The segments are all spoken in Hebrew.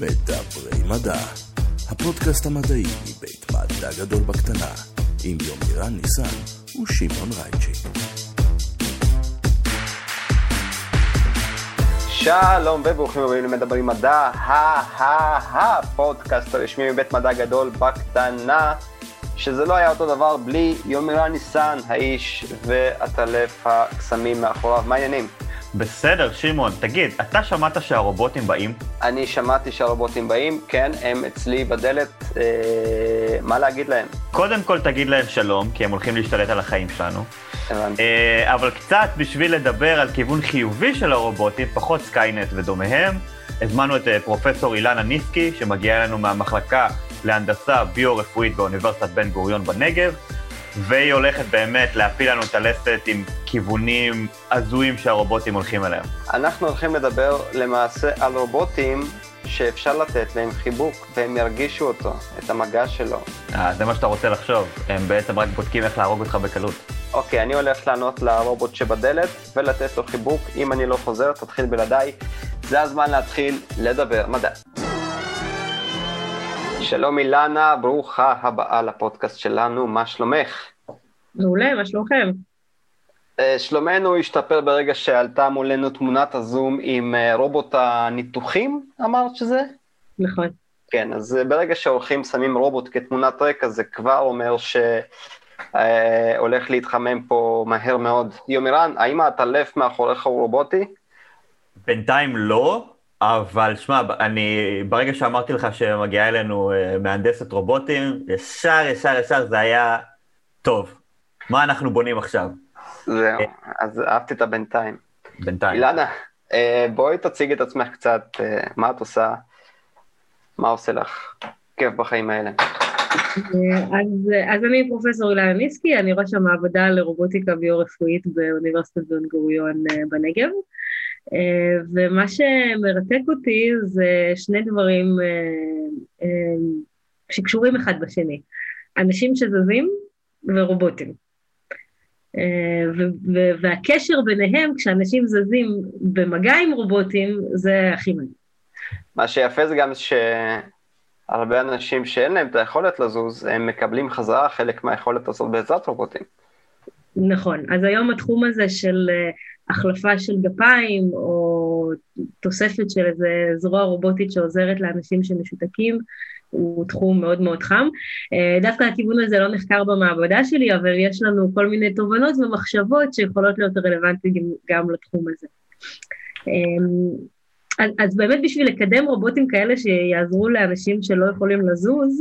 מדברי מדע, הפודקאסט המדעי מבית מדע גדול בקטנה, עם יומירן ניסן ושמעון רייצ'י. שלום וברוכים הבאים למדברי מדע, הפודקאסט הרשמי מבית מדע גדול בקטנה, שזה לא היה אותו דבר בלי יומירן ניסן, האיש והטלף הקסמים מאחוריו. מה העניינים? בסדר, שמעון, תגיד, אתה שמעת שהרובוטים באים? אני שמעתי שהרובוטים באים, כן, הם אצלי בדלת, מה להגיד להם? קודם כל תגיד להם שלום, כי הם הולכים להשתלט על החיים שלנו. אבל קצת בשביל לדבר על כיוון חיובי של הרובוטים, פחות סקיינט ודומיהם, הזמנו את פרופסור אילנה ניסקי, שמגיעה לנו מהמחלקה להנדסה ביו-רפואית באוניברסיטת בן גוריון בנגב, והיא הולכת באמת להפיל לנו את הלסת עם כיוונים הזויים שהרובוטים הולכים אליהם. אנחנו הולכים לדבר למעשה על רובוטים שאפשר לתת להם חיבוק, והם ירגישו אותו, את המגע שלו. זה מה שאתה רוצה לחשוב, הם בעצם רק בודקים איך להרוג אותך בקלות. אוקיי, אני הולך לענות לרובוט שבדלת ולתת לו חיבוק. אם אני לא חוזר, תתחיל בלעדיי. זה הזמן להתחיל לדבר מדע. שלום אילנה, ברוכה הבאה לפודקאסט שלנו, מה שלומך? מעולה, מה שלומכם? שלומנו השתפר ברגע שעלתה מולנו תמונת הזום עם רובוט הניתוחים, אמרת שזה? נכון. כן, אז ברגע שהולכים שמים רובוט כתמונת רקע, זה כבר אומר שהולך להתחמם פה מהר מאוד. יומירן, האם הטלף מאחוריך הוא רובוטי? בינתיים לא. אבל שמע, ברגע שאמרתי לך שמגיעה אלינו מהנדסת רובוטים, ישר זה היה טוב. מה אנחנו בונים עכשיו? זהו, אז אהבתי את הבינתיים. בינתיים. אילנה, בואי תציג את עצמך קצת, מה את עושה, מה עושה לך כיף בחיים האלה? אז אני פרופסור אילנה ניסקי, אני ראש המעבדה לרובוטיקה ביו-רפואית באוניברסיטת בן גוריון בנגב. ומה שמרתק אותי זה שני דברים שקשורים אחד בשני, אנשים שזזים ורובוטים, והקשר ביניהם כשאנשים זזים במגע עם רובוטים זה הכי מעניין. מה שיפה זה גם שהרבה אנשים שאין להם את היכולת לזוז, הם מקבלים חזרה חלק מהיכולת הזאת בעזרת רובוטים. נכון, אז היום התחום הזה של החלפה של גפיים, או תוספת של איזה זרוע רובוטית שעוזרת לאנשים שמשותקים, הוא תחום מאוד מאוד חם. דווקא הכיוון הזה לא נחקר במעבדה שלי, אבל יש לנו כל מיני תובנות ומחשבות שיכולות להיות רלוונטיות גם לתחום הזה. אז באמת בשביל לקדם רובוטים כאלה שיעזרו לאנשים שלא יכולים לזוז,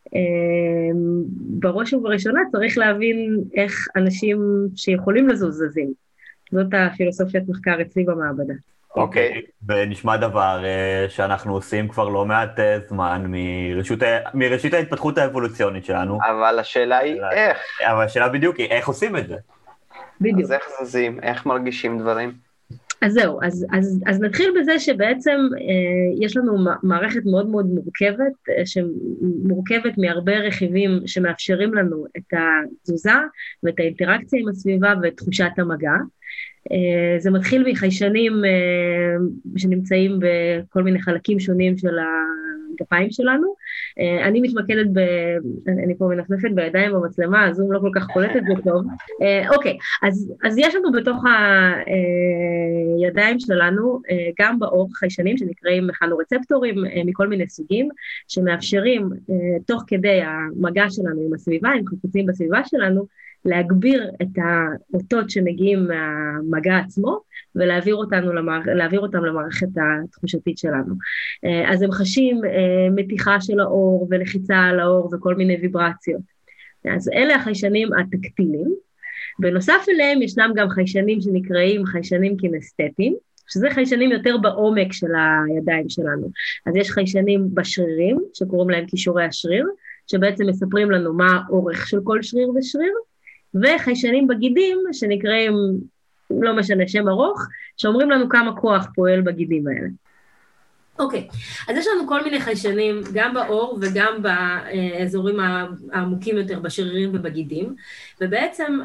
בראש ובראשונה צריך להבין איך אנשים שיכולים לזוז זזים. זאת הפילוסופיית מחקר אצלי במעבדה. אוקיי, ונשמע דבר שאנחנו עושים כבר לא מעט זמן מראשית ההתפתחות האבולוציונית שלנו. אבל השאלה היא איך. אבל השאלה בדיוק היא איך עושים את זה. בדיוק. אז איך זזים, איך מרגישים דברים? אז זהו, אז נתחיל בזה שבעצם יש לנו מערכת מאוד מאוד מורכבת, שמורכבת מהרבה רכיבים שמאפשרים לנו את התזוזה ואת האינטראקציה עם הסביבה ואת תחושת המגע. זה מתחיל מחיישנים שנמצאים בכל מיני חלקים שונים של הגפיים שלנו. אני מתמקדת אני פה מנפנפת בידיים במצלמה, הזום לא כל כך קולט את זה טוב. אוקיי, אז יש לנו בתוך הידיים שלנו גם באור חיישנים שנקראים מכנורצפטורים מכל מיני סוגים, שמאפשרים תוך כדי המגע שלנו עם הסביבה, עם חפצים בסביבה שלנו, להגביר את האותות שמגיעים מהמגע עצמו, ולהעביר אותם למערכת התחושתית שלנו. אז הם חשים מתיחה של האור, ולחיצה על האור, וכל מיני ויברציות. אז אלה החיישנים הטקטיליים. בנוסף אליהם ישנם גם חיישנים שנקראים חיישנים קינסתטיים, שזה חיישנים יותר בעומק של הידיים שלנו. אז יש חיישנים בשרירים, שקוראים להם קישורי השריר, שבעצם מספרים לנו מה האורך של כל שריר ושריר, וחיישנים בגידים שנקראים, לא משנה שם ארוך, שאומרים לנו כמה כוח פועל בגידים האלה. אוקיי, אז יש לנו כל מיני חיישנים, גם באור וגם באזורים העמוקים יותר, בשרירים ובגידים, ובעצם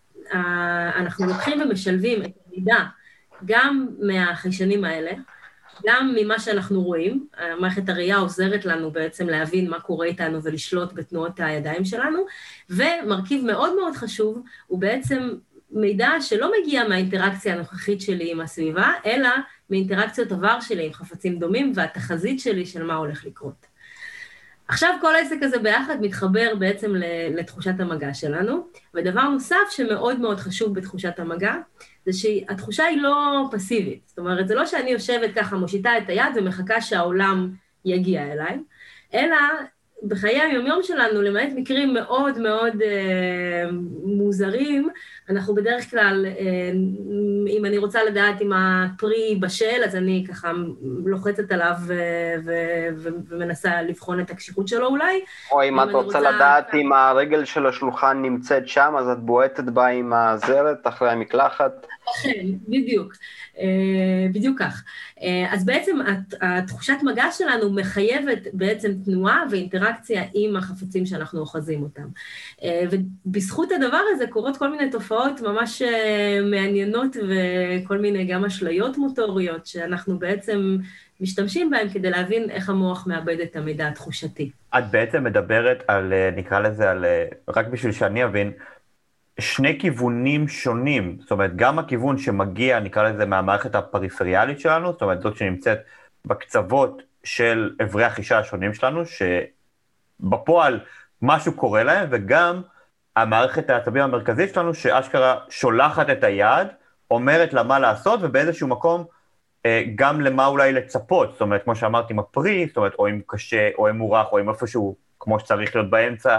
אנחנו לוקחים ומשלבים את המידע גם מהחיישנים האלה, גם ממה שאנחנו רואים, מערכת הראייה עוזרת לנו בעצם להבין מה קורה איתנו ולשלוט בתנועות הידיים שלנו, ומרכיב מאוד מאוד חשוב הוא בעצם מידע שלא מגיע מהאינטראקציה הנוכחית שלי עם הסביבה, אלא מאינטראקציות עבר שלי עם חפצים דומים והתחזית שלי של מה הולך לקרות. עכשיו כל העסק הזה ביחד מתחבר בעצם לתחושת המגע שלנו, ודבר נוסף שמאוד מאוד חשוב בתחושת המגע, זה שהתחושה היא לא פסיבית. זאת אומרת, זה לא שאני יושבת ככה, מושיטה את היד ומחכה שהעולם יגיע אליי, אלא בחיי היומיום שלנו, למעט מקרים מאוד מאוד מוזרים, אנחנו בדרך כלל, אם אני רוצה לדעת אם הפרי בשל, אז אני ככה לוחצת עליו ומנסה לבחון את הקשיחות שלו אולי. או אם את רוצה לדעת אם הרגל של השולחן נמצאת שם, אז את בועטת בה עם הזרת אחרי המקלחת. כן, בדיוק. בדיוק כך. אז בעצם התחושת מגע שלנו מחייבת בעצם תנועה ואינטראקציה עם החפצים שאנחנו אוחזים אותם. ובזכות הדבר הזה קורות כל מיני תופעות ממש מעניינות וכל מיני גם אשליות מוטוריות שאנחנו בעצם משתמשים בהם כדי להבין איך המוח מאבד את המידע התחושתי. את בעצם מדברת על, נקרא לזה, רק בשביל שאני אבין, שני כיוונים שונים, זאת אומרת, גם הכיוון שמגיע, נקרא לזה, מהמערכת הפריפריאלית שלנו, זאת אומרת, זאת שנמצאת בקצוות של עברי החישה השונים שלנו, שבפועל משהו קורה להם, וגם המערכת העצבים המרכזית שלנו, שאשכרה שולחת את היד, אומרת לה מה לעשות, ובאיזשהו מקום גם למה אולי לצפות, זאת אומרת, כמו שאמרתי, עם הפרי, זאת אומרת, או אם קשה, או אם מורח, או אם איפשהו, כמו שצריך להיות באמצע,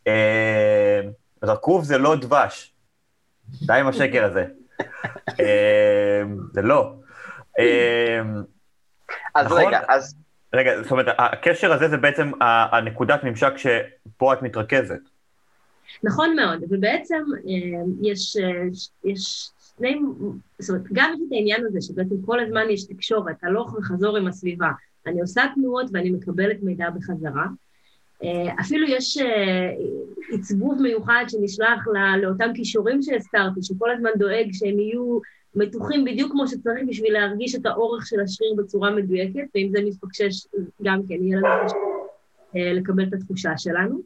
רקוב זה לא דבש, די עם השקר הזה, זה לא. אז רגע, רגע, זאת אומרת, הקשר הזה זה בעצם הנקודת ממשק שפה את מתרכזת. נכון מאוד, ובעצם יש שני, זאת אומרת, גם יש את העניין הזה שבעצם כל הזמן יש תקשורת, הלוך וחזור עם הסביבה, אני עושה תנועות ואני מקבלת מידע בחזרה, אפילו יש עיצוב מיוחד שנשלח לאותם קישורים שהזכרתי, שכל הזמן דואג שהם יהיו מתוחים בדיוק כמו שצריך בשביל להרגיש את האורך של השריר בצורה מדויקת, ואם זה מתפקשש גם כן יהיה לנו לקבל את התחושה שלנו.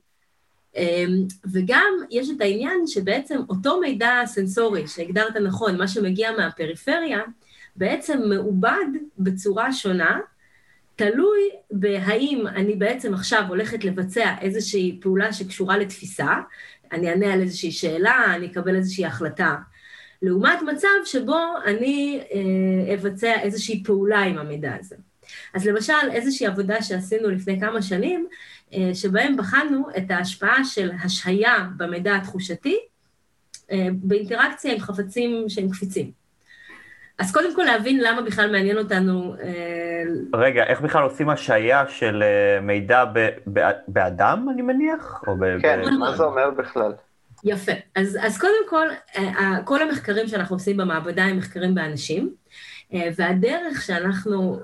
וגם יש את העניין שבעצם אותו מידע סנסורי שהגדרת נכון, מה שמגיע מהפריפריה, בעצם מעובד בצורה שונה, תלוי בהאם אני בעצם עכשיו הולכת לבצע איזושהי פעולה שקשורה לתפיסה, אני אענה על איזושהי שאלה, אני אקבל איזושהי החלטה, לעומת מצב שבו אני אבצע איזושהי פעולה עם המידע הזה. אז למשל, איזושהי עבודה שעשינו לפני כמה שנים, שבהם בחנו את ההשפעה של השהיה במידע התחושתי, באינטראקציה עם חפצים שהם קפיצים. אז קודם כל להבין למה בכלל מעניין אותנו... רגע, איך בכלל עושים השהיה של מידע באדם, אני מניח? כן, מה זה אומר בכלל? יפה. אז קודם כל, כל המחקרים שאנחנו עושים במעבדה הם מחקרים באנשים, והדרך שאנחנו...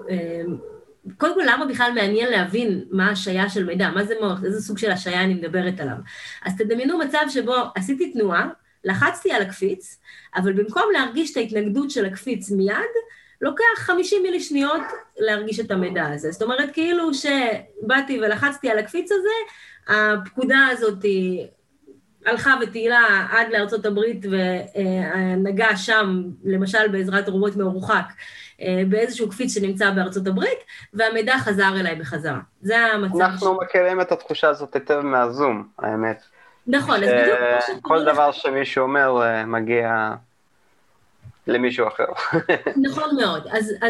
קודם כל, למה בכלל מעניין להבין מה השהיה של מידע, מה זה מוח, איזה סוג של השהיה אני מדברת עליו. אז תדמיינו מצב שבו עשיתי תנועה, לחצתי על הקפיץ, אבל במקום להרגיש את ההתנגדות של הקפיץ מיד, לוקח 50 מילי שניות להרגיש את המידע הזה. זאת אומרת, כאילו שבאתי ולחצתי על הקפיץ הזה, הפקודה הזאת הלכה ותהילה עד לארצות הברית ונגע שם, למשל בעזרת רובוט מרוחק, באיזשהו קפיץ שנמצא בארצות הברית, והמידע חזר אליי בחזרה. זה המצב. אנחנו מכירים את התחושה הזאת היטב מהזום, האמת. נכון, אז בדיוק... כל דבר שמישהו אומר מגיע למישהו אחר. נכון מאוד.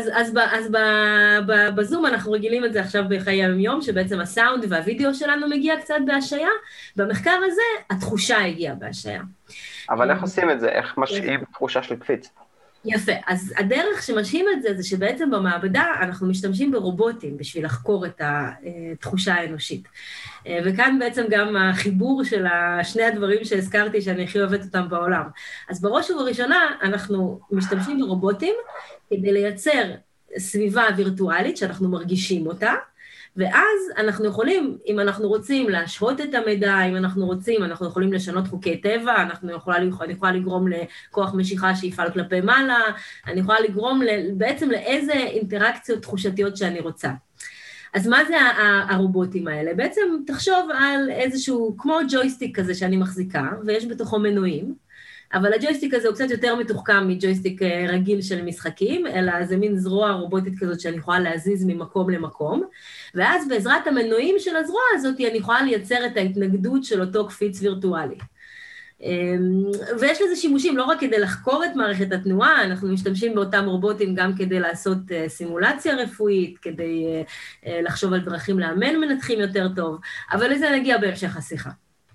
אז בזום אנחנו רגילים את זה עכשיו בחיי היום, שבעצם הסאונד והווידאו שלנו מגיע קצת בהשהיה, במחקר הזה התחושה הגיעה בהשהיה. אבל איך עושים את זה? איך משאים תחושה של קפיץ? יפה, אז הדרך שמשאים את זה, זה שבעצם במעבדה אנחנו משתמשים ברובוטים בשביל לחקור את התחושה האנושית. וכאן בעצם גם החיבור של שני הדברים שהזכרתי שאני הכי אוהבת אותם בעולם. אז בראש ובראשונה אנחנו משתמשים ברובוטים כדי לייצר סביבה וירטואלית שאנחנו מרגישים אותה, ואז אנחנו יכולים, אם אנחנו רוצים להשוות את המידע, אם אנחנו רוצים, אנחנו יכולים לשנות חוקי טבע, אני יכולה לגרום לכוח משיכה שיפעל כלפי מעלה, אני יכולה לגרום בעצם לאיזה אינטראקציות תחושתיות שאני רוצה. אז מה זה הרובוטים האלה? בעצם תחשוב על איזשהו, כמו ג'ויסטיק כזה שאני מחזיקה, ויש בתוכו מנועים, אבל הג'ויסטיק הזה הוא קצת יותר מתוחכם מג'ויסטיק רגיל של משחקים, אלא זה מין זרוע רובוטית כזאת שאני יכולה להזיז ממקום למקום, ואז בעזרת המנועים של הזרוע הזאת אני יכולה לייצר את ההתנגדות של אותו קפיץ וירטואלי. ויש לזה שימושים לא רק כדי לחקור את מערכת התנועה, אנחנו משתמשים באותם רובוטים גם כדי לעשות סימולציה רפואית, כדי לחשוב על דרכים לאמן מנתחים יותר טוב, אבל לזה נגיע בהמשך השיחה.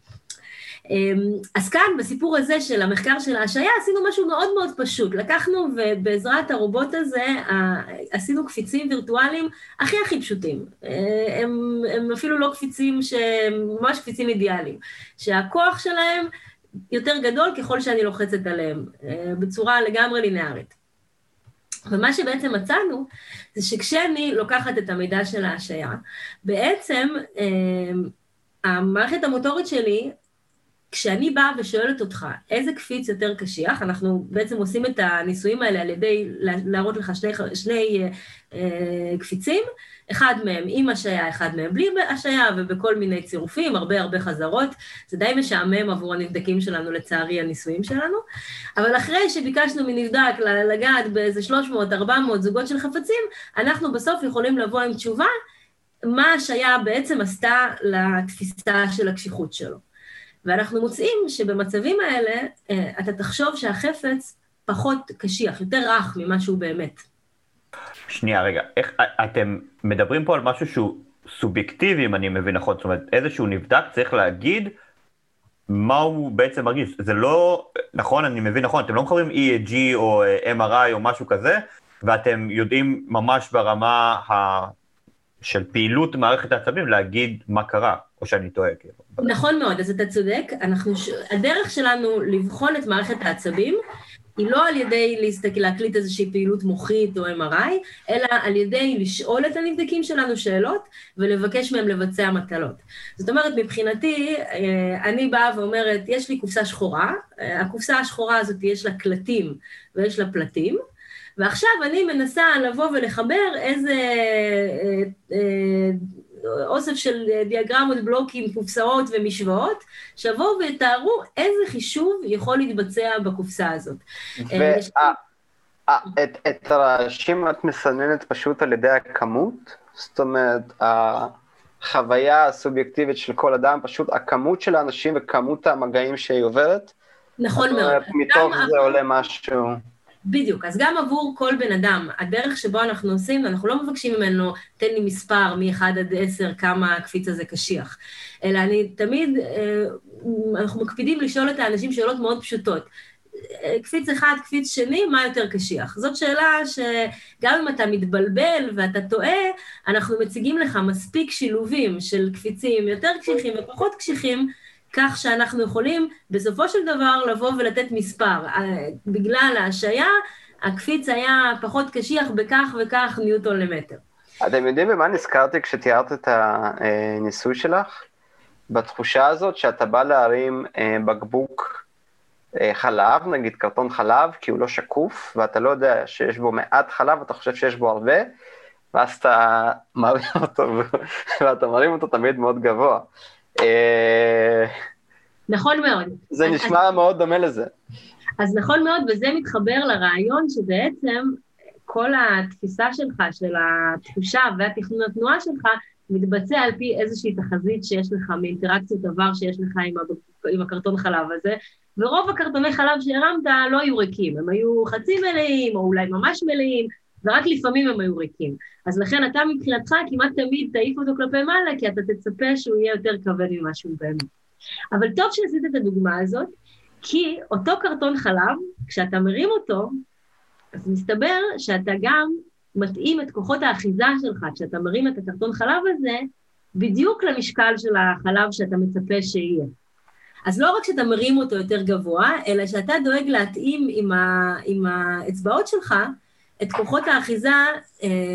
אז כאן, בסיפור הזה של המחקר של ההשעיה, עשינו משהו מאוד מאוד פשוט. לקחנו ובעזרת הרובוט הזה, עשינו קפיצים וירטואליים הכי פשוטים. הם אפילו לא קפיצים ממש קפיצים אידיאליים, שהכוח שלהם יותר גדול ככל שאני לוחצת עליהם, בצורה לגמרי לינארית. ומה שבעצם מצאנו, זה שכשאני לוקחת את המידע של ההשעיה, בעצם המערכת המוטורית שלי, כשאני באה ושואלת אותך איזה קפיץ יותר קשיח, אנחנו בעצם עושים את הניסויים האלה על ידי להראות לך שני קפיצים, אחד מהם עם השעיה, אחד מהם בלי השעיה, ובכל מיני צירופים, הרבה חזרות, זה די משעמם עבור הנבדקים שלנו, לצערי הניסויים שלנו, אבל אחרי שביקשנו מנבדק לגעת באיזה 300-400 זוגות של חפצים, אנחנו בסוף יכולים לבוא עם תשובה, מה השעיה בעצם עשתה לתפיסה של הקשיחות שלו. ואנחנו מוצאים שבמצבים האלה, אתה תחשוב שהחפץ פחות קשיח, יותר רך ממה שהוא באמת. שנייה, רגע, איך אתם מדברים פה על משהו שהוא סובייקטיבי, אם אני מבין נכון, זאת אומרת, איזשהו נבדק צריך להגיד מה הוא בעצם מרגיש. זה לא, נכון, אני מבין נכון, אתם לא מחברים EEG או MRI או משהו כזה, ואתם יודעים ממש ברמה של פעילות מערכת העצבים להגיד מה קרה, או שאני טועה. נכון מאוד, אז אתה צודק, הדרך שלנו לבחון את מערכת העצבים, היא לא על ידי להקליט איזושהי פעילות מוחית או MRI, אלא על ידי לשאול את הנבדקים שלנו שאלות, ולבקש מהם לבצע מטלות. זאת אומרת, מבחינתי, אני באה ואומרת, יש לי קופסה שחורה, הקופסה השחורה הזאת יש לה קלטים ויש לה פלטים, ועכשיו אני מנסה לבוא ולחבר איזה אוסף של דיאגרמות, בלוקים, קופסאות ומשוואות, שבואו ותארו איזה חישוב יכול להתבצע בקופסה הזאת. את הרעשים את מסננת פשוט על ידי הכמות? זאת אומרת, החוויה הסובייקטיבית של כל אדם, פשוט הכמות של האנשים וכמות המגעים שהיא עוברת? נכון מאוד. מתוך זה עולה משהו... בדיוק, אז גם עבור כל בן אדם, הדרך שבו אנחנו עושים, אנחנו לא מבקשים ממנו, תן לי מספר מ-1 עד 10 כמה הקפיץ הזה קשיח, אלא תמיד, אנחנו מקפידים לשאול את האנשים שאלות מאוד פשוטות. קפיץ אחד, קפיץ שני, מה יותר קשיח? זאת שאלה שגם אם אתה מתבלבל ואתה טועה, אנחנו מציגים לך מספיק שילובים של קפיצים יותר קשיחים ופחות קשיחים, כך שאנחנו יכולים בסופו של דבר לבוא ולתת מספר. בגלל ההשעיה, הקפיץ היה פחות קשיח בכך וכך ניוטון למטר. אתם יודעים במה נזכרתי כשתיארת את הניסוי שלך? בתחושה הזאת שאתה בא להרים בקבוק חלב, נגיד קרטון חלב, כי הוא לא שקוף, ואתה לא יודע שיש בו מעט חלב, אתה חושב שיש בו הרבה, ואז אתה מרים אותו, ואתה מרים אותו תמיד מאוד גבוה. נכון מאוד. זה נשמע מאוד דומה לזה. אז נכון מאוד, וזה מתחבר לרעיון שבעצם כל התפיסה שלך, של התחושה והתכנון התנועה שלך, מתבצע על פי איזושהי תחזית שיש לך מאינטראקציות עבר שיש לך עם הקרטון חלב הזה, ורוב הקרטוני חלב שהרמת לא היו ריקים, הם היו חצי מלאים או אולי ממש מלאים, ורק לפעמים הם היו ריקים. אז לכן אתה מבחינתך כמעט תמיד תעיף אותו כלפי מעלה, כי אתה תצפה שהוא יהיה יותר כבד ממה שהוא באמת. אבל טוב שעשית את הדוגמה הזאת, כי אותו קרטון חלב, כשאתה מרים אותו, אז מסתבר שאתה גם מתאים את כוחות האחיזה שלך, כשאתה מרים את הקרטון חלב הזה, בדיוק למשקל של החלב שאתה מצפה שיהיה. אז לא רק שאתה מרים אותו יותר גבוה, אלא שאתה דואג להתאים עם האצבעות שלך, את כוחות האחיזה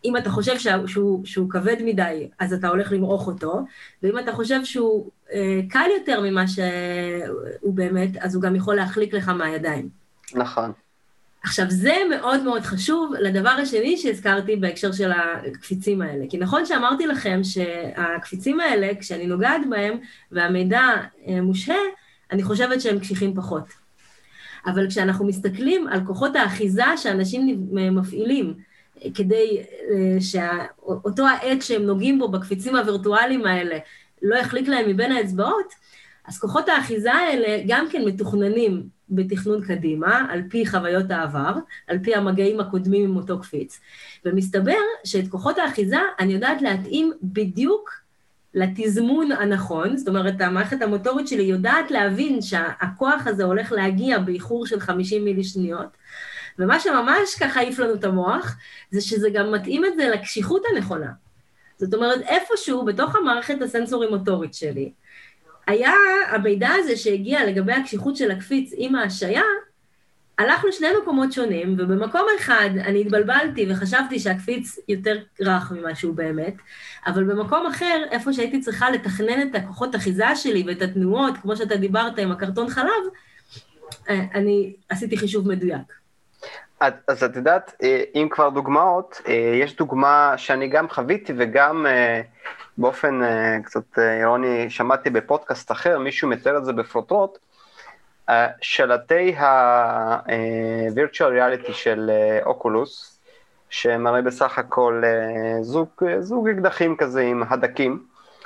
אם אתה חושב שהוא כבד מדי, אז אתה הולך למרוח אותו, ואם אתה חושב שהוא קל יותר ממה שהוא באמת, אז הוא גם יכול להחליק לך מהידיים. נכון. עכשיו, זה מאוד מאוד חשוב לדבר השני שהזכרתי בהקשר של הקפיצים האלה. כי נכון שאמרתי לכם שהקפיצים האלה, כשאני נוגעת בהם והמידע מושהה, אני חושבת שהם קשיחים פחות. אבל כשאנחנו מסתכלים על כוחות האחיזה שאנשים מפעילים, כדי שאותו העט שהם נוגעים בו בקפיצים הווירטואליים האלה לא יחליק להם מבין האצבעות, אז כוחות האחיזה האלה גם כן מתוכננים בתכנון קדימה, על פי חוויות העבר, על פי המגעים הקודמים עם אותו קפיץ. ומסתבר שאת כוחות האחיזה אני יודעת להתאים בדיוק לתזמון הנכון, זאת אומרת, המערכת המוטורית שלי יודעת להבין שהכוח הזה הולך להגיע באיחור של 50 מילי שניות, ומה שממש ככה העיף לנו את המוח, זה שזה גם מתאים את זה לקשיחות הנכונה. זאת אומרת, איפשהו בתוך המערכת הסנסורי-מוטורית שלי, היה המידע הזה שהגיע לגבי הקשיחות של הקפיץ עם ההשעיה, הלך לשני מקומות שונים, ובמקום אחד אני התבלבלתי וחשבתי שהקפיץ יותר רך ממה שהוא באמת, אבל במקום אחר, איפה שהייתי צריכה לתכנן את הכוחות אחיזה שלי ואת התנועות, כמו שאתה דיברת עם הקרטון חלב, אני עשיתי חישוב מדויק. אז את יודעת, אם כבר דוגמאות, יש דוגמה שאני גם חוויתי וגם באופן קצת אירוני שמעתי בפודקאסט אחר, מישהו מתאר את זה בפרוטרוט, שלטי ה-Virtual Reality של אוקולוס, שמראה בסך הכל זוג אקדחים כזה עם הדקים,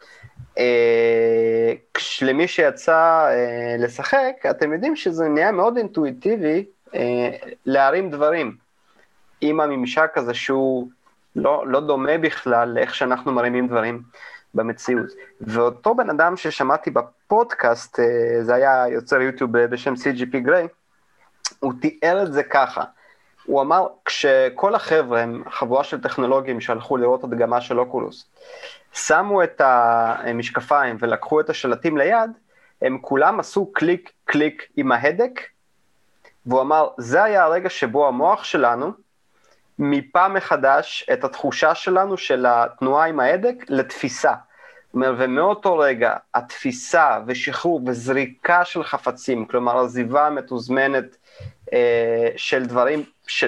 למי שיצא לשחק, אתם יודעים שזה נהיה מאוד אינטואיטיבי, להרים דברים, עם הממשק הזה שהוא לא דומה בכלל לאיך שאנחנו מרימים דברים במציאות. ואותו בן אדם ששמעתי בפודקאסט, זה היה יוצר יוטיוב בשם CGP גריי, הוא תיאר את זה ככה, הוא אמר, כשכל החבר'ה הם חבורה של טכנולוגים שהלכו לראות הדגמה של אוקולוס, שמו את המשקפיים ולקחו את השלטים ליד, הם כולם עשו קליק קליק עם ההדק, והוא אמר, זה היה הרגע שבו המוח שלנו, מפה מחדש את התחושה שלנו של התנועה עם ההדק לתפיסה. ומאותו רגע, התפיסה ושחרור וזריקה של חפצים, כלומר, הזיבה המתוזמנת של דברים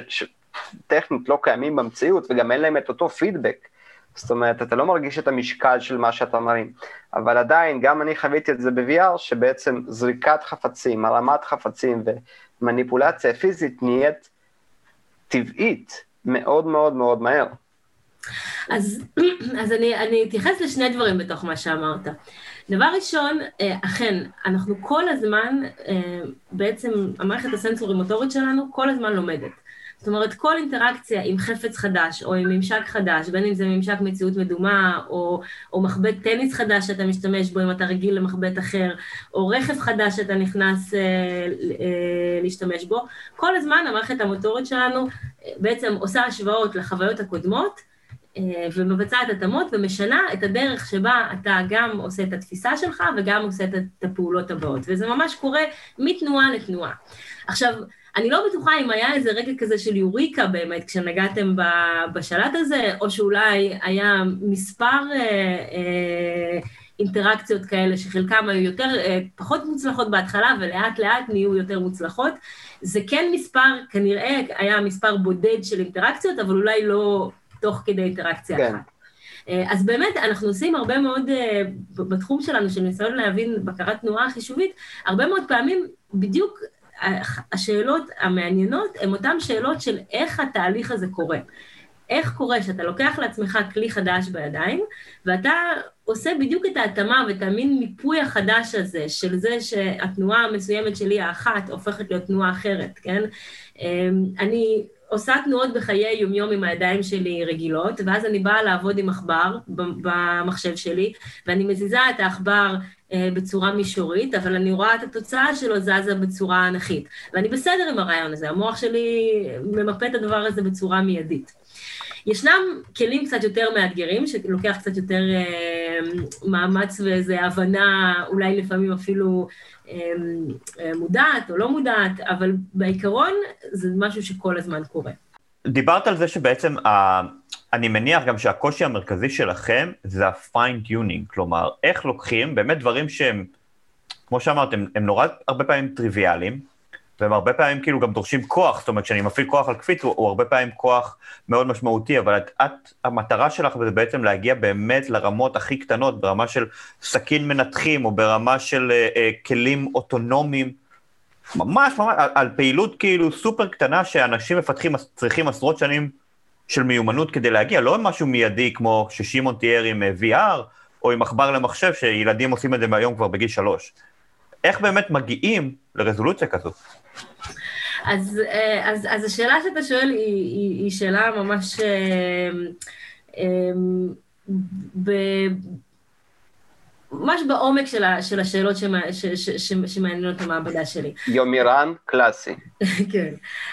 שטכנית לא קיימים במציאות, וגם אין להם את אותו פידבק. זאת אומרת, אתה לא מרגיש את המשקל של מה שאתה מרים. אבל עדיין, גם אני חוויתי את זה ב-VR, שבעצם זריקת חפצים, הרמת חפצים ומניפולציה פיזית נהיית טבעית מאוד מאוד מאוד מהר. אז אני אתייחס לשני דברים בתוך מה שאמרת. דבר ראשון, אכן, אנחנו כל הזמן, בעצם המערכת הסנסורי-מוטורית שלנו כל הזמן לומדת. זאת אומרת, כל אינטראקציה עם חפץ חדש, או עם ממשק חדש, בין אם זה ממשק מציאות מדומה, או מחבט טניס חדש שאתה משתמש בו, אם אתה רגיל למחבט אחר, או רכב חדש שאתה נכנס להשתמש בו, כל הזמן המערכת המוטורית שלנו בעצם עושה השוואות לחוויות הקודמות, ומבצעת התאמות ומשנה את הדרך שבה אתה גם עושה את התפיסה שלך, וגם עושה את הפעולות הבאות, וזה ממש קורה מתנועה לתנועה. עכשיו, אני לא בטוחה אם היה איזה רגע כזה של יוריקה באמת, כשנגעתם בשלט הזה, או שאולי היה מספר אינטראקציות כאלה, שחלקם היו פחות מוצלחות בהתחלה, ולאט לאט נהיו יותר מוצלחות. זה כן מספר, כנראה היה מספר בודד של אינטראקציות, אבל אולי לא תוך כדי אינטראקציה אחת. אז באמת, אנחנו עושים הרבה מאוד, בתחום שלנו, של ניסיון להבין בקרת תנועה חישובית, הרבה מאוד פעמים בדיוק, השאלות המעניינות הן אותן שאלות של איך התהליך הזה קורה. איך קורה שאתה לוקח לעצמך כלי חדש בידיים, ואתה עושה בדיוק את ההתאמה ואת המין מיפוי החדש הזה, של זה שהתנועה המסוימת שלי האחת הופכת להיות תנועה אחרת, כן? אני עושה תנועות בחיי יומיום עם הידיים שלי רגילות, ואז אני באה לעבוד עם עכבר במחשב שלי, ואני מזיזה את העכבר בצורה מישורית, אבל אני רואה את התוצאה שלו זזה בצורה אנכית. ואני בסדר עם הרעיון הזה, המוח שלי ממפה את הדבר הזה בצורה מיידית. ישנם כלים קצת יותר מאתגרים, שלוקח קצת יותר מאמץ ואיזו הבנה, אולי לפעמים אפילו מודעת או לא מודעת, אבל בעיקרון זה משהו שכל הזמן קורה. דיברת על זה שבעצם, אני מניח גם שהקושי המרכזי שלכם זה ה-fine tuning, כלומר, איך לוקחים באמת דברים שהם, כמו שאמרתם, הם נורא הרבה פעמים טריוויאליים, והם הרבה פעמים כאילו גם דורשים כוח, זאת אומרת, כשאני מפעיל כוח על קפיץ, הוא הרבה פעמים כוח מאוד משמעותי, אבל המטרה שלך זה בעצם להגיע באמת לרמות הכי קטנות, ברמה של סכין מנתחים, או ברמה של כלים אוטונומיים, ממש, על פעילות כאילו סופר קטנה, שאנשים מפתחים, צריכים עשרות שנים של מיומנות כדי להגיע, לא משהו מיידי, כמו ששימון תיאר עם VR, או עם מחבר למחשב, שילדים עושים את זה מהיום כבר בגיל 3. איך באמת מגיעים לרזולוציה כזו? אז השאלה שאתה שואל היא שאלה ממש ממש בעומק של השאלות שמעניינות המעבדה שלי. יומירן קלאסי. כן.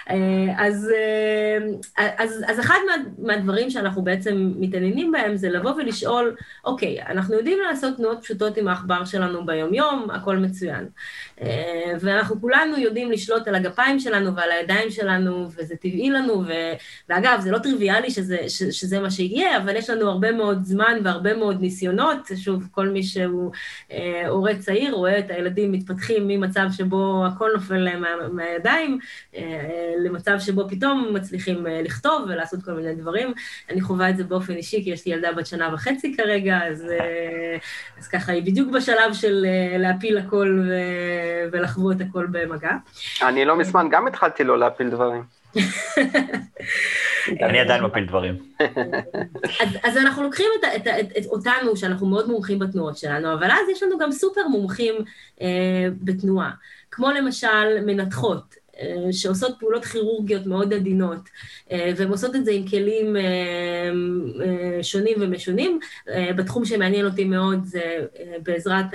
אז אחד מהדברים שאנחנו בעצם מתעניינים בהם זה לבוא ולשאול, אוקיי, אנחנו יודעים לעשות תנועות פשוטות עם העכבר שלנו ביום-יום, הכל מצוין. ואנחנו כולנו יודעים לשלוט על הגפיים שלנו ועל הידיים שלנו, וזה טבעי לנו, ואגב, זה לא טריוויאלי שזה מה שיהיה, אבל יש לנו הרבה מאוד זמן והרבה מאוד ניסיונות, שוב, כל מי שהוא הורה צעיר, רואה את הילדים מתפתחים ממצב שבו הכל נופל להם מהידיים, למצב שבו פתאום מצליחים לכתוב ולעשות כל מיני דברים. אני חווה את זה באופן אישי, כי יש לי ילדה בת 1.5 שנה כרגע, אז ככה היא בדיוק בשלב של להפיל הכל ולחוות הכל במגע. אני לא מזמן גם התחלתי לא להפיל דברים. אני עדיין מפיל דברים. אז אנחנו לוקחים אותנו, שאנחנו מאוד מומחים בתנועות שלנו, אבל אז יש לנו גם סופר מומחים בתנועה, כמו למשל מנתחות, שעושות פעולות כירורגיות מאוד עדינות, והן עושות את זה עם כלים שונים ומשונים. בתחום שמעניין אותי מאוד זה בעזרת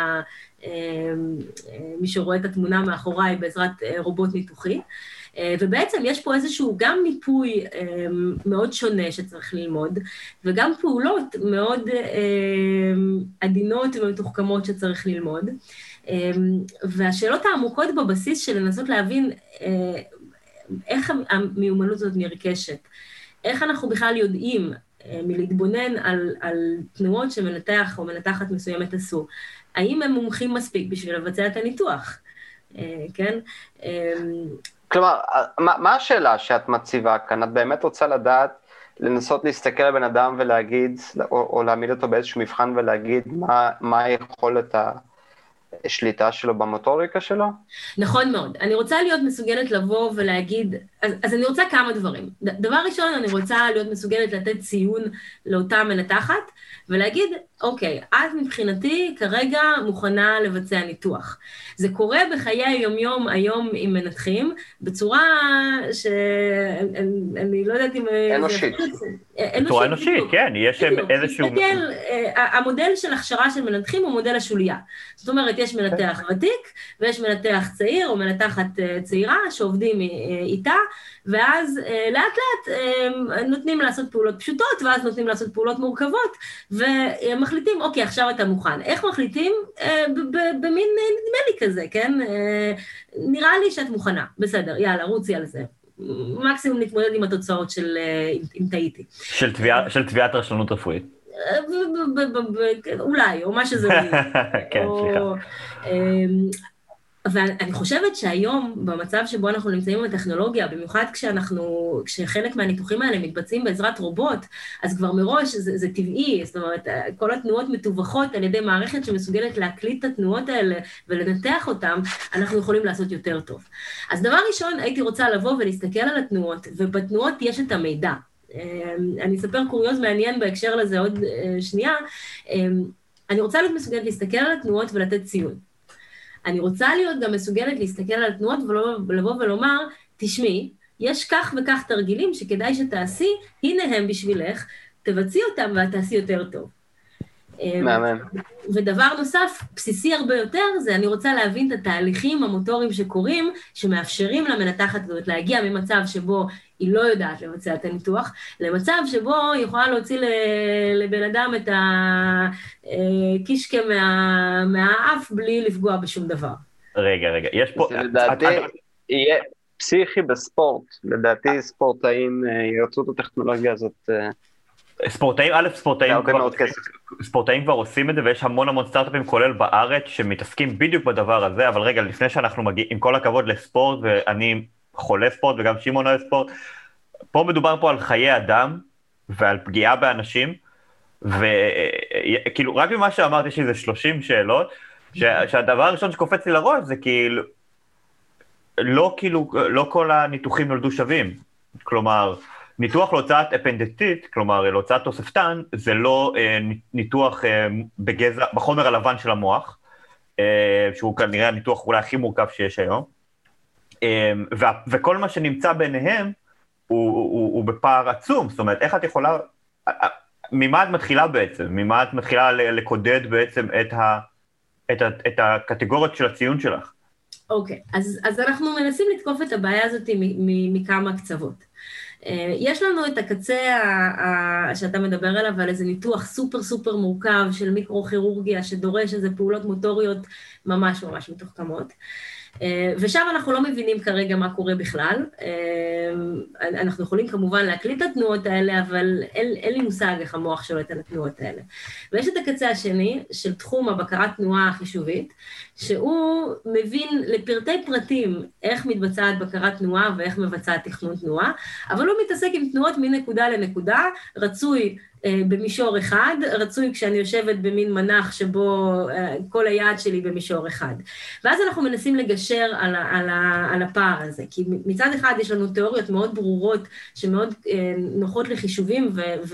מי שרואה את התמונה מאחוריי, בעזרת רובוט ניתוחי. ובעצם יש פה איזשהו גם מיפוי מאוד שונה שצריך ללמוד, וגם פעולות מאוד עדינות ומתוחכמות שצריך ללמוד. והשאלות העמוקות בבסיס של לנסות להבין איך המיומנות הזאת נרכשת, איך אנחנו בכלל יודעים מלהתבונן על תנועות שמנתח או מנתחת מסוימת עשו, האם הם מומחים מספיק בשביל לבצע את הניתוח, כן? כלומר, מה השאלה שאת מציבה כאן? את באמת רוצה לדעת, לנסות להסתכל על בן אדם ולהגיד, או להעמיד אותו באיזשהו מבחן ולהגיד מה יכולת השליטה שלו במוטוריקה שלו? נכון מאוד. אני רוצה להיות מסוגלת לבוא ולהגיד, אז אני רוצה כמה דברים. דבר ראשון, אני רוצה להיות מסוגלת לתת ציון לאותה מנתחת, ולהגיד, אוקיי, את מבחינתי כרגע מוכנה לבצע ניתוח. זה קורה בחיי היומיום היום עם מנתחים, בצורה שאני לא יודעת אם... אנושית. בצורה אנושית, כן, יש איזשהו... המודל של הכשרה של מנתחים הוא מודל השוליה. זאת אומרת, יש מנתח ותיק, ויש מנתח צעיר או מנתחת צעירה שעובדים איתה, ואז לאט לאט נותנים לעשות פעולות פשוטות, ואז נותנים לעשות פעולות מורכבות, ומחליטים, אוקיי, עכשיו אתה מוכן. איך מחליטים? במין נדמה לי כזה, כן? נראה לי שאת מוכנה. בסדר, יאללה, רוצי על זה. מקסימום נתמודד עם התוצאות של אם טעיתי. של תביעת רשלנות רפואית. אולי, או מה שזה יהיה. כן, סליחה. ואני חושבת שהיום, במצב שבו אנחנו נמצאים בטכנולוגיה, במיוחד כשחלק מהניתוחים האלה מתבצעים בעזרת רובוט, אז כבר מראש זה טבעי, זאת אומרת, כל התנועות מתווכות על ידי מערכת שמסוגלת להקליט את התנועות האלה ולנתח אותן, אנחנו יכולים לעשות יותר טוב. אז דבר ראשון, הייתי רוצה לבוא ולהסתכל על התנועות, ובתנועות יש את המידע. אני אספר קוריוז מעניין בהקשר לזה עוד שנייה. אני רוצה להיות מסוגלת להסתכל על התנועות ולתת ציון. אני רוצה להיות גם מסוגלת להסתכל על התנועות ולבוא ולומר, תשמעי, יש כך וכך תרגילים שכדאי שתעשי, הנה הם בשבילך, תבצעי אותם ואת תעשי יותר טוב. מאמן. ודבר נוסף, בסיסי הרבה יותר, זה אני רוצה להבין את התהליכים המוטוריים שקורים, שמאפשרים למנתחת הזאת להגיע ממצב שבו היא לא יודעת לבצע את הניתוח, למצב שבו היא יכולה להוציא לבן אדם את הקישקה מהאף בלי לפגוע בשום דבר. רגע, יש פה... לדעתי, פסיכי בספורט. לדעתי ספורטאים ירצו את הטכנולוגיה הזאת. ספורטאים כבר עושים את זה, ויש המון סטארט-אפים כולל בארץ שמתעסקים בדיוק בדבר הזה, אבל רגע, לפני שאנחנו מגיעים, עם כל הכבוד לספורט, ואני חולה ספורט וגם שמעון אוהב ספורט, פה מדובר פה על חיי אדם ועל פגיעה באנשים, וכאילו רק ממה שאמרתי שזה 30 שאלות, שהדבר הראשון שקופץ לי לראש זה כאילו, לא כל הניתוחים נולדו שווים, כלומר, ניתוח להוצאת אפנדיציט, כלומר להוצאת תוספתן, זה לא ניתוח בחומר הלבן של המוח, שהוא כנראה הניתוח אולי הכי מורכב שיש היום, וכל מה שנמצא ביניהם הוא בפער עצום, זאת אומרת, איך את יכולה, ממה את מתחילה בעצם? ממה את מתחילה לקודד בעצם את הקטגוריות של הציון שלך? אוקיי, אז אנחנו מנסים לתקוף את הבעיה הזאת מכמה קצוות. יש לנו את הקצה שאתה מדבר עליו, על איזה ניתוח סופר סופר מורכב של מיקרו-כירורגיה, שדורש איזה פעולות מוטוריות ממש ממש מתוחכמות. ושם אנחנו לא מבינים כרגע מה קורה בכלל. אנחנו יכולים כמובן להקליט את התנועות האלה, אבל אין לי מושג איך המוח שולט על התנועות האלה. ויש את הקצה השני של תחום הבקרת תנועה החישובית, שהוא מבין לפרטי פרטים איך מתבצעת בקרת תנועה ואיך מבצעת תכנון תנועה, אבל הוא מתעסק עם תנועות מנקודה לנקודה, רצוי במישור אחד, רצוי כשאני יושבת במין מנח שבו כל היעד שלי במישור אחד. ואז אנחנו מנסים לגשר על הפער הזה, כי מצד אחד יש לנו תיאוריות מאוד ברורות, שמאוד נוחות לחישובים,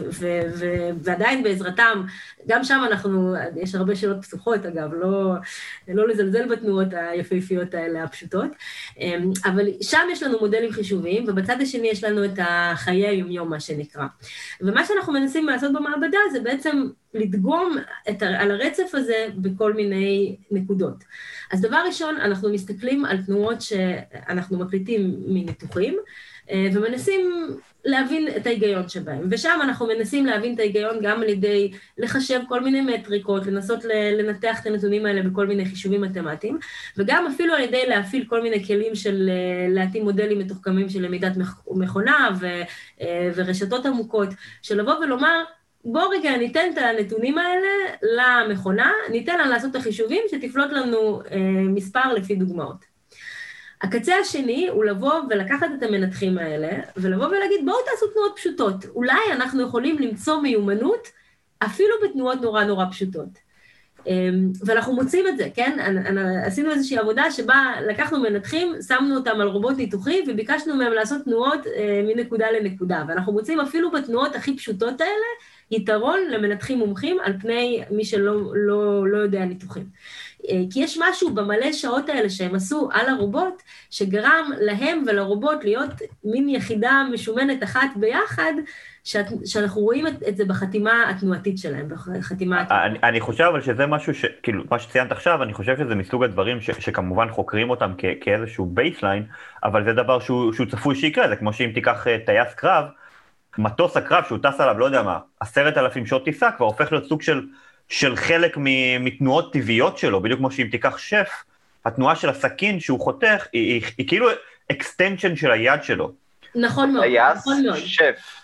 ועדיין בעזרתם, גם שם יש הרבה שאלות פתוחות אגב, לא לזלזל בתנועות היפהפיות האלה הפשוטות, אבל שם יש לנו מודלים חישוביים, ובצד השני יש לנו את החיי היום-יום, מה שנקרא. ומה שאנחנו מנסים לעשות במעבדה זה בעצם לדגום על הרצף הזה בכל מיני נקודות. אז דבר ראשון, אנחנו מסתכלים על תנועות שאנחנו מקליטים מניתוחים, ומנסים להבין את ההיגיון שבהם. ושם אנחנו מנסים להבין את ההיגיון גם על ידי לחשב כל מיני מטריקות, לנסות לנתח את הנתונים האלה בכל מיני חישובים מתמטיים, וגם אפילו על ידי להפעיל כל מיני כלים של להתאים מודלים מתוחכמים של למידת מכונה ורשתות עמוקות, של לבוא ולומר, בוא רגע ניתן את הנתונים האלה למכונה, ניתן לה לעשות את החישובים שתפלוט לנו מספר לפי דוגמאות. הקצה השני הוא לבוא ולקחת את המנתחים האלה, ולבוא ולהגיד, בואו תעשו תנועות פשוטות. אולי אנחנו יכולים למצוא מיומנות, אפילו בתנועות נורא נורא פשוטות. ואנחנו מוצאים את זה, כן? עשינו איזושהי עבודה שבה לקחנו מנתחים, שמנו אותם על רובוט ניתוחי, וביקשנו מהם לעשות תנועות מנקודה לנקודה. ואנחנו מוצאים אפילו בתנועות הכי פשוטות האלה, יתרון למנתחים מומחים על פני מי שלא יודע ניתוחים. כי יש משהו במלא שעות האלה שהם עשו על הרובוט, שגרם להם ולרובוט להיות מין יחידה משומנת אחת ביחד, שאנחנו רואים את זה בחתימה התנועתית שלהם, בחתימה... אני חושב אבל שזה משהו כאילו, מה שציינת עכשיו, אני חושב שזה מסוג הדברים שכמובן חוקרים אותם כאיזשהו בייסליין, אבל זה דבר שהוא צפוי שיקרה, זה כמו שאם תיקח טייס קרב, מטוס הקרב שהוא טס עליו, לא יודע מה, 10,000 שעות טיסה, כבר הופך להיות סוג של חלק מתנועות טבעיות שלו, בדיוק כמו שאם תיקח שף, התנועה של הסכין שהוא חותך, היא כאילו אקסטנשן של היד שלו. נכון מאוד, נכון מאוד. שף.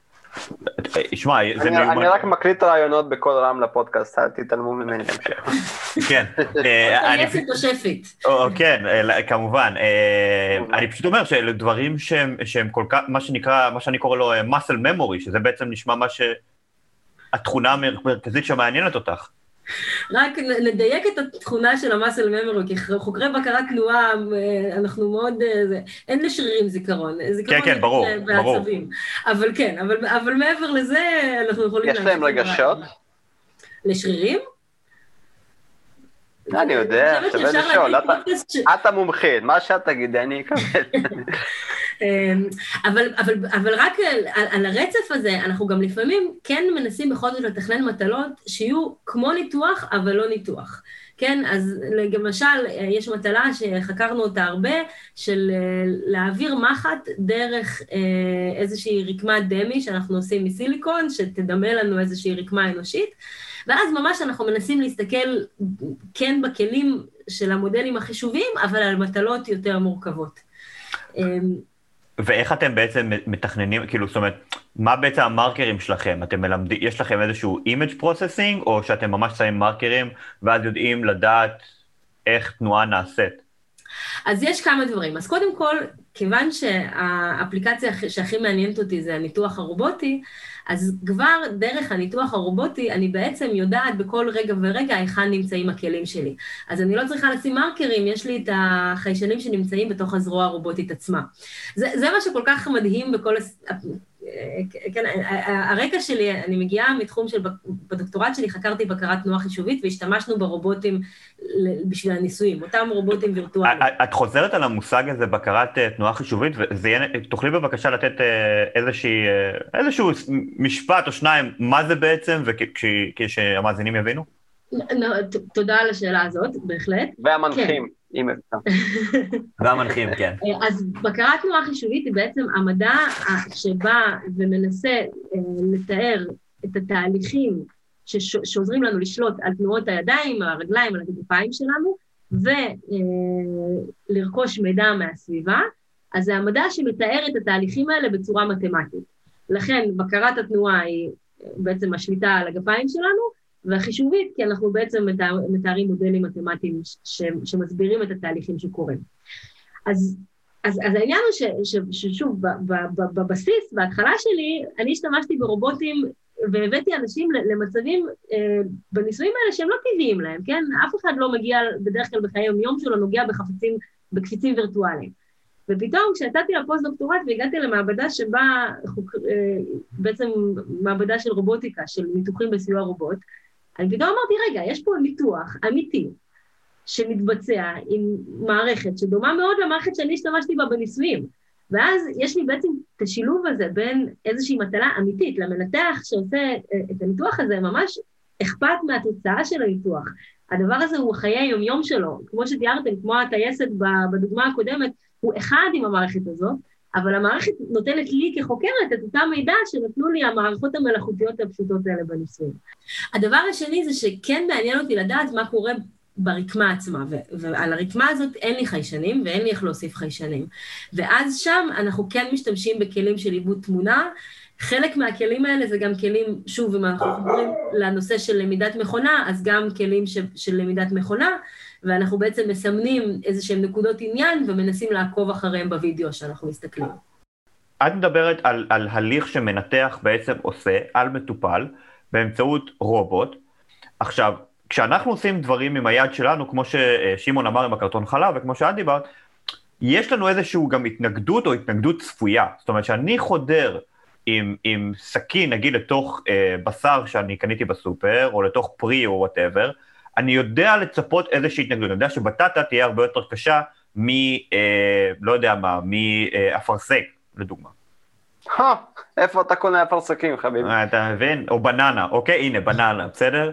שמע, זה מיומן. אני רק מקליט רעיונות בכל רם לפודקאסט, תתעלמו ממני להמשך. כן. טייסת או שפית. כן, כמובן. אני פשוט אומר שאלה דברים שהם כל כך, מה שאני קורא לו muscle memory, שזה בעצם נשמע מה התכונה המרכזית שמעניינת אותך. רק נדייק את התכונה של המסל ממורי, כי חוקרי בקרת תנועה, אנחנו מאוד, אין לשרירים זיכרון. כן, ברור. בעצבים. אבל כן, אבל מעבר לזה, אנחנו יכולים... יש להם רגשות? לשרירים? אני יודע, שווה לשאול, את המומחית, מה שאת תגידי, אני אקבל. אבל רק על הרצף הזה, אנחנו גם לפעמים כן מנסים בכל זאת לתכנן מטלות שיהיו כמו ניתוח, אבל לא ניתוח. כן, אז למשל, יש מטלה שחקרנו אותה הרבה, של להעביר מחט דרך איזושהי רקמת דמי שאנחנו עושים מסיליקון, שתדמה לנו איזושהי רקמה אנושית, ואז ממש אנחנו מנסים להסתכל כן בכלים של המודלים החישוביים, אבל על מטלות יותר מורכבות. ואיך אתם בעצם מתכננים, כאילו, זאת אומרת, מה בעצם המרקרים שלכם? אתם מלמדים, יש לכם איזשהו image processing, או שאתם ממש שמים מרקרים, ואז יודעים לדעת איך תנועה נעשית? אז יש כמה דברים. אז קודם כל, כיוון שהאפליקציה שהכי מעניינת אותי זה הניתוח הרובוטי, אז כבר דרך הניתוח הרובוטי אני בעצם יודעת בכל רגע ורגע היכן נמצאים הכלים שלי. אז אני לא צריכה לשים מרקרים, יש לי את החיישנים שנמצאים בתוך הזרוע הרובוטית עצמה. זה מה שכל כך מדהים בכל... כן, הרקע שלי, אני מגיעה מתחום של, בדוקטורט שלי חקרתי בקרת תנועה חישובית, והשתמשנו ברובוטים בשביל הניסויים, אותם רובוטים וירטואליים. את חוזרת על המושג הזה, בקרת תנועה חישובית, תוכלי בבקשה לתת איזשהו משפט או שניים, מה זה בעצם, וכשהמאזינים יבינו? תודה על השאלה הזאת, בהחלט. והמנחים. והמנחים, כן. אז בקרת תנועה חישובית היא בעצם המדע שבא ומנסה לתאר את התהליכים שעוזרים לנו לשלוט על תנועות הידיים, הרגליים, על הכתפיים שלנו, ולרכוש מידע מהסביבה. אז זה המדע שמתאר את התהליכים האלה בצורה מתמטית. לכן בקרת התנועה היא בעצם השליטה על הגפיים שלנו, והחישובית, כי אנחנו בעצם מתארים מודלים מתמטיים שמסבירים את התהליכים שקורים. אז העניין הוא ששוב, בבסיס, בהתחלה שלי, אני השתמשתי ברובוטים, והבאתי אנשים למצבים בניסויים האלה שהם לא טבעיים להם, כן? אף אחד לא מגיע בדרך כלל בחיי יום שלו, נוגע בקפיצים וירטואליים. ופתאום כשיצאתי לפוסט-דוקטורט והגעתי למעבדה שבה, בעצם מעבדה של רובוטיקה, של ניתוחים בסיוע רובוט, אני פתאום אמרתי, רגע, יש פה ניתוח אמיתי שמתבצע עם מערכת שדומה מאוד למערכת שאני השתמשתי בה בניסויים. ואז יש לי בעצם את השילוב הזה בין איזושהי מטלה אמיתית, למנתח שעושה את הניתוח הזה, ממש אכפת מהתוצאה של הניתוח. הדבר הזה הוא חיי היום-יום שלו, כמו שתיארתם, כמו הטייסת בדוגמה הקודמת, הוא אחד עם המערכת הזאת, אבל המערכת נותנת לי כחוקרת את אותה מידע שנתנו לי המערכות המלאכותיות הפשוטות האלה בניסויים. הדבר השני זה שכן מעניין אותי לדעת מה קורה ברקמה עצמה, ועל הרקמה הזאת אין לי חיישנים ואין לי איך להוסיף חיישנים. ואז שם אנחנו כן משתמשים בכלים של עיבוד תמונה, חלק מהכלים האלה זה גם כלים, שוב, אם אנחנו חוזרים לנושא של למידת מכונה, אז גם כלים של למידת מכונה, ואנחנו בעצם מסמנים איזשהם נקודות עניין, ומנסים לעקוב אחריהם בווידאו שאנחנו מסתכלים. את מדברת על הליך שמנתח בעצם עושה על מטופל, באמצעות רובוט. עכשיו, כשאנחנו עושים דברים עם היד שלנו, כמו ששימון אמר עם הקרטון חלב, וכמו שאת דיברת, יש לנו איזשהו גם התנגדות או התנגדות צפויה. זאת אומרת שאני חודר עם סכין, נגיד לתוך בשר שאני קניתי בסופר, או לתוך פרי או whatever, אני יודע לצפות איזושהי התנגדות, אני יודע שבטטה תהיה הרבה יותר קשה לא יודע מה, מאפרסק, לדוגמה. איפה אתה קונה אפרסקים, חביב? אתה מבין? או בננה, אוקיי? הנה, בננה, בסדר?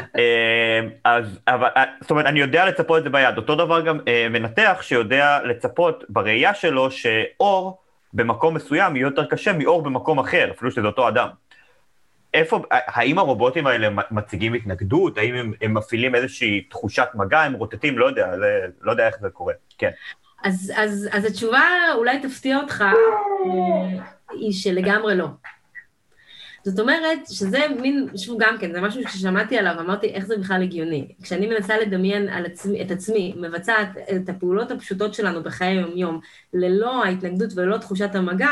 זאת אומרת, אני יודע לצפות את זה ביד. אותו דבר גם מנתח שיודע לצפות בראייה שלו שאור במקום מסוים יהיה יותר קשה מאור במקום אחר, אפילו שזה אותו אדם. האם הרובוטים האלה מציגים התנגדות? האם הם מפעילים איזושהי תחושת מגע? הם רוטטים? לא יודע איך זה קורה. כן. אז התשובה אולי תפתיע אותך, היא שלגמרי לא. זאת אומרת שזה מין, שוב גם כן, זה משהו ששמעתי עליו, אמרתי איך זה בכלל הגיוני. כשאני מנסה לדמיין את עצמי, מבצעת את הפעולות הפשוטות שלנו בחיי היום-יום, ללא ההתנגדות וללא תחושת המגע,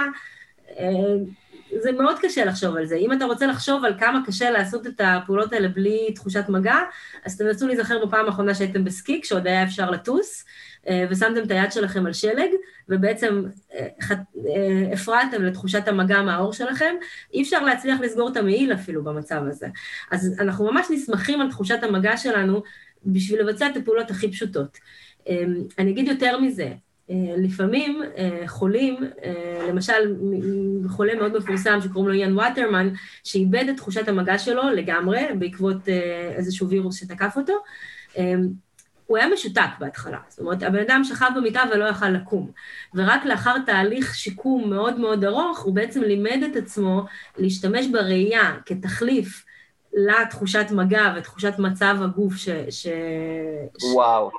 זה מאוד קשה לחשוב על זה. אם אתה רוצה לחשוב על כמה קשה לעשות את הפעולות האלה בלי תחושת מגע, אז תנסו להיזכר בפעם האחרונה שהייתם בסקי, כשעוד היה אפשר לטוס, ושמתם את היד שלכם על שלג, ובעצם הפרעתם לתחושת המגע מהאור שלכם, אי אפשר להצליח לסגור את המעיל אפילו במצב הזה. אז אנחנו ממש נסמכים על תחושת המגע שלנו, בשביל לבצע את הפעולות הכי פשוטות. אני אגיד יותר מזה, לפעמים חולים, למשל חולה מאוד מפורסם שקוראים לו איאן ווטרמן, שאיבד את תחושת המגע שלו לגמרי, בעקבות איזשהו וירוס שתקף אותו, הוא היה משותק בהתחלה, זאת אומרת, הבן אדם שכב במיטה ולא יכל לקום, ורק לאחר תהליך שיקום מאוד מאוד ארוך, הוא בעצם לימד את עצמו להשתמש בראייה כתחליף לתחושת מגע ותחושת מצב הגוף וואו.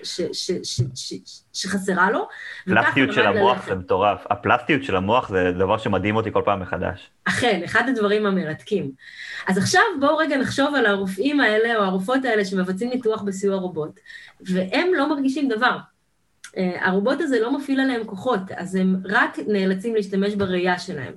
שחסרה לו. הפלסטיות של המוח זה מטורף. הפלסטיות של המוח זה דבר שמדהים אותי כל פעם מחדש. אכן, אחד הדברים המרתקים. אז עכשיו בואו רגע נחשוב על הרופאים האלה או הרופאות האלה שמבצעים ניתוח בסיוע רובוט, והם לא מרגישים דבר. הרובוט הזה לא מפעיל עליהם כוחות, אז הם רק נאלצים להשתמש בראייה שלהם.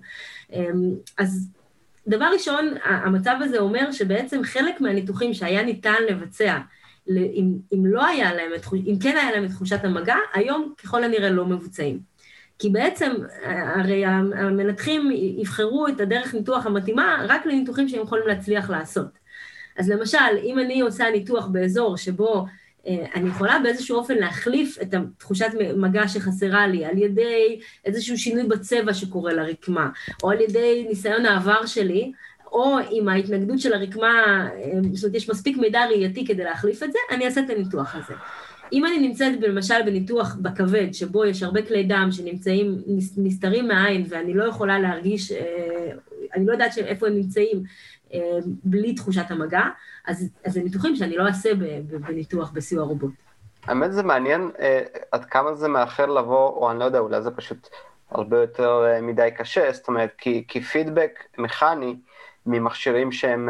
אז דבר ראשון, המצב הזה אומר שבעצם חלק מהניתוחים שהיה ניתן לבצע, אם כן היה להם את תחושת המגע, היום ככל הנראה לא מבוצעים. כי בעצם הרי המנתחים יבחרו את הדרך ניתוח המתאימה רק לניתוחים שהם יכולים להצליח לעשות. אז למשל, אם אני עושה ניתוח באזור שבו אני יכולה באיזשהו אופן להחליף את תחושת מגע שחסרה לי, על ידי איזשהו שינוי בצבע שקורה לרקמה, או על ידי ניסיון העבר שלי, או עם ההתנגדות של הרקמה, זאת אומרת, יש מספיק מידע ראייתי כדי להחליף את זה, אני אעשה את הניתוח הזה. אם אני נמצאת למשל בניתוח בכבד, שבו יש הרבה כלי דם שנמצאים, נסתרים מהעין, ואני לא יכולה להרגיש, אני לא יודעת איפה הם נמצאים, בלי תחושת המגע, אז זה ניתוחים שאני לא אעשה בניתוח בסיוע רובוט. האמת זה מעניין עד כמה זה מאחר לבוא, או אני לא יודע, אולי זה פשוט הרבה יותר מדי קשה, זאת אומרת, כי פידבק מכני ממכשירים שהם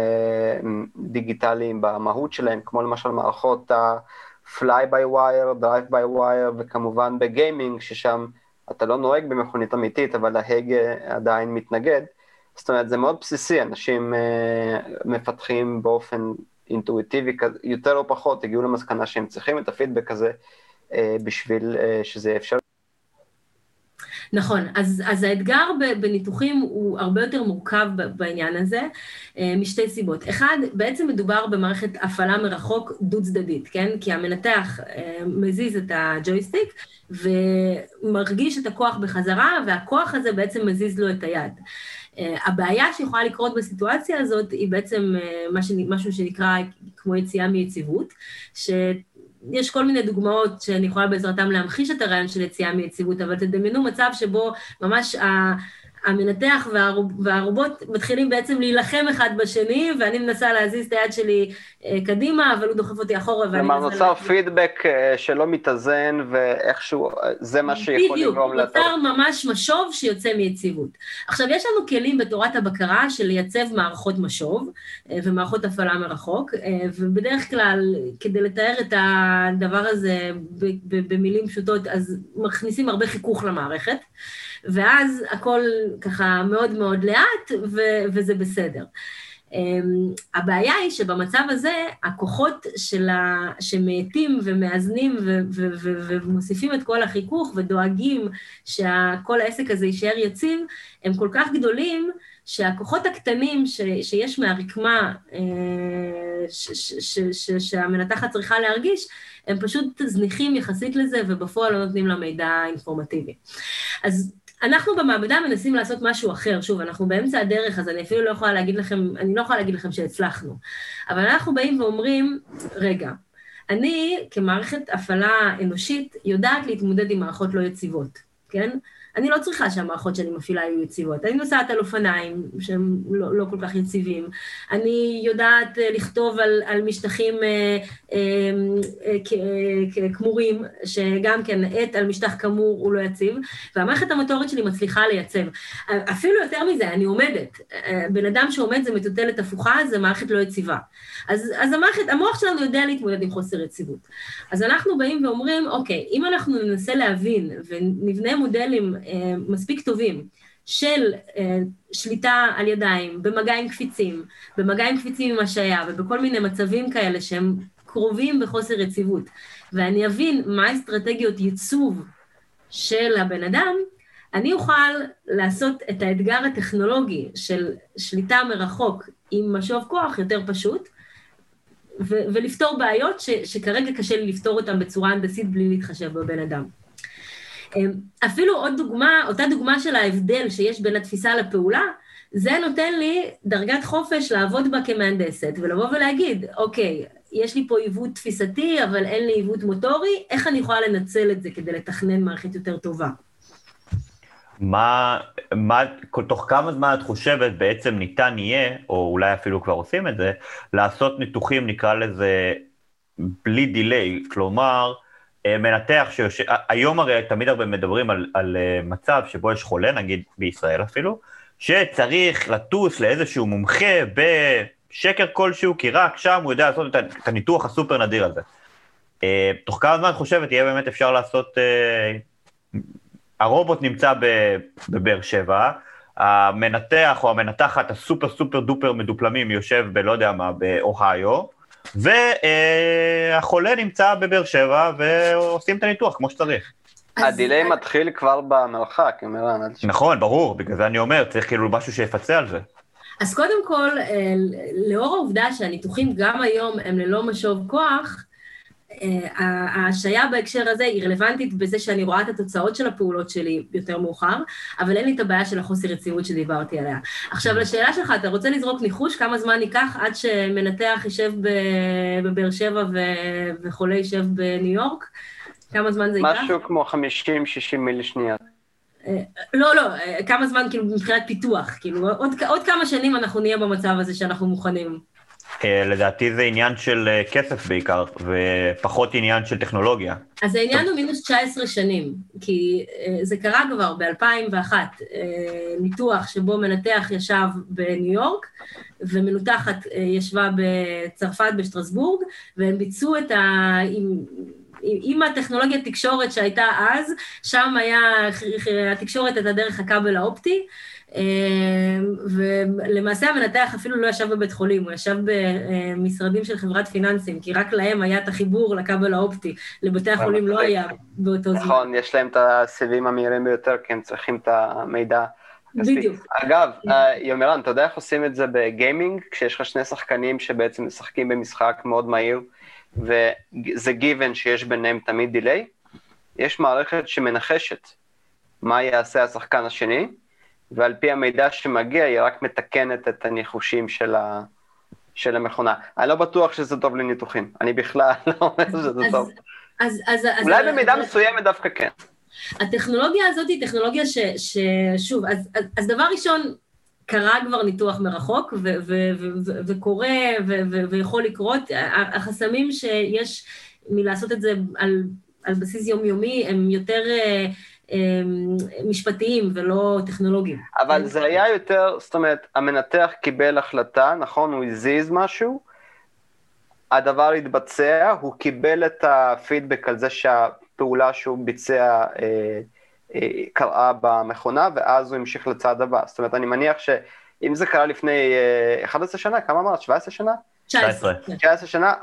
דיגיטליים במהות שלהם, כמו למשל מערכות ה-fly by wire, drive by wire, וכמובן בגיימינג, ששם אתה לא נוהג במכונית אמיתית, אבל ההג עדיין מתנגד, זאת אומרת, זה מאוד בסיסי, אנשים מפתחים באופן אינטואיטיבי, יותר או פחות, הגיעו למסקנה שהם צריכים את הפידבק הזה, בשביל שזה אפשר. נכון, אז האתגר בניתוחים הוא הרבה יותר מורכב בעניין הזה, משתי סיבות. אחד, בעצם מדובר במערכת הפעלה מרחוק דו-צדדית, כן? כי המנתח מזיז את הג'ויסטיק, ומרגיש את הכוח בחזרה, והכוח הזה בעצם מזיז לו את היד. הבעיה שיכולה לקרות בסיטואציה הזאת, היא בעצם משהו שנקרא כמו יציאה מיציבות, יש כל מיני דוגמאות שאני יכולה בעזרתם להמחיש את הרעיון של יציאה מיציבות, אבל תדמיינו מצב שבו ממש המנתח והרובוט מתחילים בעצם להילחם אחד בשני, ואני מנסה להזיז את היד שלי קדימה, אבל הוא דוחף אותי אחורה. כלומר, נוצר פידבק שלא מתאזן, ואיכשהו זה מה שיכול לגרום לטוב. בדיוק, נוצר ממש משוב שיוצא מיציבות. עכשיו, יש לנו כלים בתורת הבקרה של לייצב מערכות משוב, ומערכות הפעלה מרחוק, ובדרך כלל, כדי לתאר את הדבר הזה במילים פשוטות, אז מכניסים הרבה חיכוך למערכת, ואז הכל ככה מאוד מאוד לאט, וזה בסדר. הבעיה היא שבמצב הזה, הכוחות שמעטים ומאזנים ומוסיפים את כל החיכוך ודואגים שכל העסק הזה יישאר יציב, הם כל כך גדולים שהכוחות הקטנים שיש מהרקמה שהמנתחת צריכה להרגיש, הם פשוט זניחים יחסית לזה ובפועל לא נותנים לה מידע אינפורמטיבי. אז אנחנו במעבדה מנסים לעשות משהו אחר, שוב, אנחנו באמצע הדרך, אז אני אפילו לא יכולה להגיד לכם שהצלחנו, אבל אנחנו באים ואומרים, רגע, אני כמערכת הפעלה אנושית יודעת להתמודד עם מערכות לא יציבות, כן? אני לא צריכה שהמערכות שאני מפעילה יהיו יציבות. אני נוסעת על אופניים שהם לא כל כך יציבים. אני יודעת לכתוב על משטחים כמורים, שגם כן עט על משטח כמור הוא לא יציב, והמערכת המוטורית שלי מצליחה לייצב. אפילו יותר מזה, אני עומדת. בן אדם שעומד זה מטוטלת הפוכה, זה מערכת לא יציבה. אז המוח שלנו יודע להתמודד עם חוסר יציבות. אז אנחנו באים ואומרים, אוקיי, אם אנחנו ננסה להבין ונבנה מודלים מספיק טובים של שליטה על ידיים, במגע עם קפיצים, במגע עם קפיצים עם השעיה, ובכל מיני מצבים כאלה שהם קרובים בחוסר יציבות, ואני אבין מה אסטרטגיות ייצוב של הבן אדם, אני אוכל לעשות את האתגר הטכנולוגי של שליטה מרחוק עם משוב כוח יותר פשוט, ולפתור בעיות שכרגע קשה לי לפתור אותם בצורה הנדסית בלי להתחשב בבן אדם. אפילו עוד דוגמה, אותה דוגמה של ההבדל שיש בין התפיסה לפעולה, זה נותן לי דרגת חופש לעבוד בה כמהנדסת, ולבוא ולהגיד, אוקיי, יש לי פה עיוות תפיסתי, אבל אין לי עיוות מוטורי, איך אני יכולה לנצל את זה כדי לתכנן מערכת יותר טובה? תוך כמה זמן את חושבת בעצם ניתן יהיה, או אולי אפילו כבר עושים את זה, לעשות ניתוחים, נקרא לזה, בלי דיליי, כלומר, מנתח היום הרי תמיד הרבה מדברים על מצב שבו יש חולה, נגיד בישראל אפילו, שצריך לטוס לאיזשהו מומחה בשקר כלשהו, כי רק שם הוא יודע לעשות את הניתוח הסופר נדיר הזה. תוך כמה זמן את חושבת, יהיה באמת אפשר לעשות, הרובוט נמצא בבאר שבע, המנתח או המנתחת הסופר סופר דופר מדופלמים יושב בלא יודע מה, באוהיו, והחולה נמצא בבאר שבע ועושים את הניתוח כמו שצריך. הדיליי מתחיל כבר במרחק, יומירן. נכון, ברור, בגלל זה אני אומר, צריך כאילו משהו שיפצה על זה. אז קודם כל, לאור העובדה שהניתוחים גם היום הם ללא משוב כוח, ההשעיה בהקשר הזה היא רלוונטית בזה שאני רואה את התוצאות של הפעולות שלי יותר מאוחר, אבל אין לי את הבעיה של החוסר יציבות שדיברתי עליה. עכשיו, לשאלה שלך, אתה רוצה לזרוק ניחוש כמה זמן ייקח עד שמנתח יישב בבאר שבע וחולה יישב בניו יורק? כמה זמן זה ייקח? משהו כמו 50-60 מילי שנייה. לא, כמה זמן כאילו מבחינת פיתוח, כאילו עוד כמה שנים אנחנו נהיה במצב הזה שאנחנו מוכנים. לדעתי זה עניין של כסף בעיקר, ופחות עניין של טכנולוגיה. אז העניין הוא מינוס 19 שנים, כי זה קרה כבר ב-2001, ניתוח שבו מנתח ישב בניו יורק, ומנותחת ישבה בצרפת בשטרסבורג, והם ביצעו את עם הטכנולוגיית תקשורת שהייתה אז, שם התקשורת הייתה דרך הכבל האופטי, ולמעשה המנתח אפילו לא ישב בבית חולים, הוא ישב במשרדים של חברת פיננסים, כי רק להם היה את החיבור לכבל האופטי, לבתי החולים לא היה באותו זמן. נכון, יש להם את הסיבים המהירים ביותר, כי הם צריכים את המידע. בדיוק. אגב, יומירן, אתה יודע איך עושים את זה בגיימינג, כשיש לך שני שחקנים שבעצם משחקים במשחק מאוד מהיר, וזה גיוון שיש ביניהם תמיד דיליי, יש מערכת שמנחשת מה יעשה השחקן השני, ועל פי המידע שמגיע, היא רק מתקנת את הניחושים של המכונה. אני לא בטוח שזה טוב לניתוחים, אני בכלל לא אומר שזה טוב. אולי במידה מסוימת דווקא כן. הטכנולוגיה הזאת היא טכנולוגיה ששוב, אז דבר ראשון, קרה כבר ניתוח מרחוק, וקורה ויכול לקרות, החסמים שיש מלעשות את זה על בסיס יומיומי, הם יותר משפטיים ולא טכנולוגיים. אבל זה היה יותר, זאת אומרת, המנתח קיבל החלטה, נכון, הוא הזיז משהו, הדבר התבצע, הוא קיבל את הפידבק על זה שהפעולה שהוא ביצע קראה במכונה, ואז הוא המשיך לצד הבא. זאת אומרת, אני מניח שאם זה קרה לפני 11 שנה, כמה אמרת? 17 שנה? 19. 19 שנה,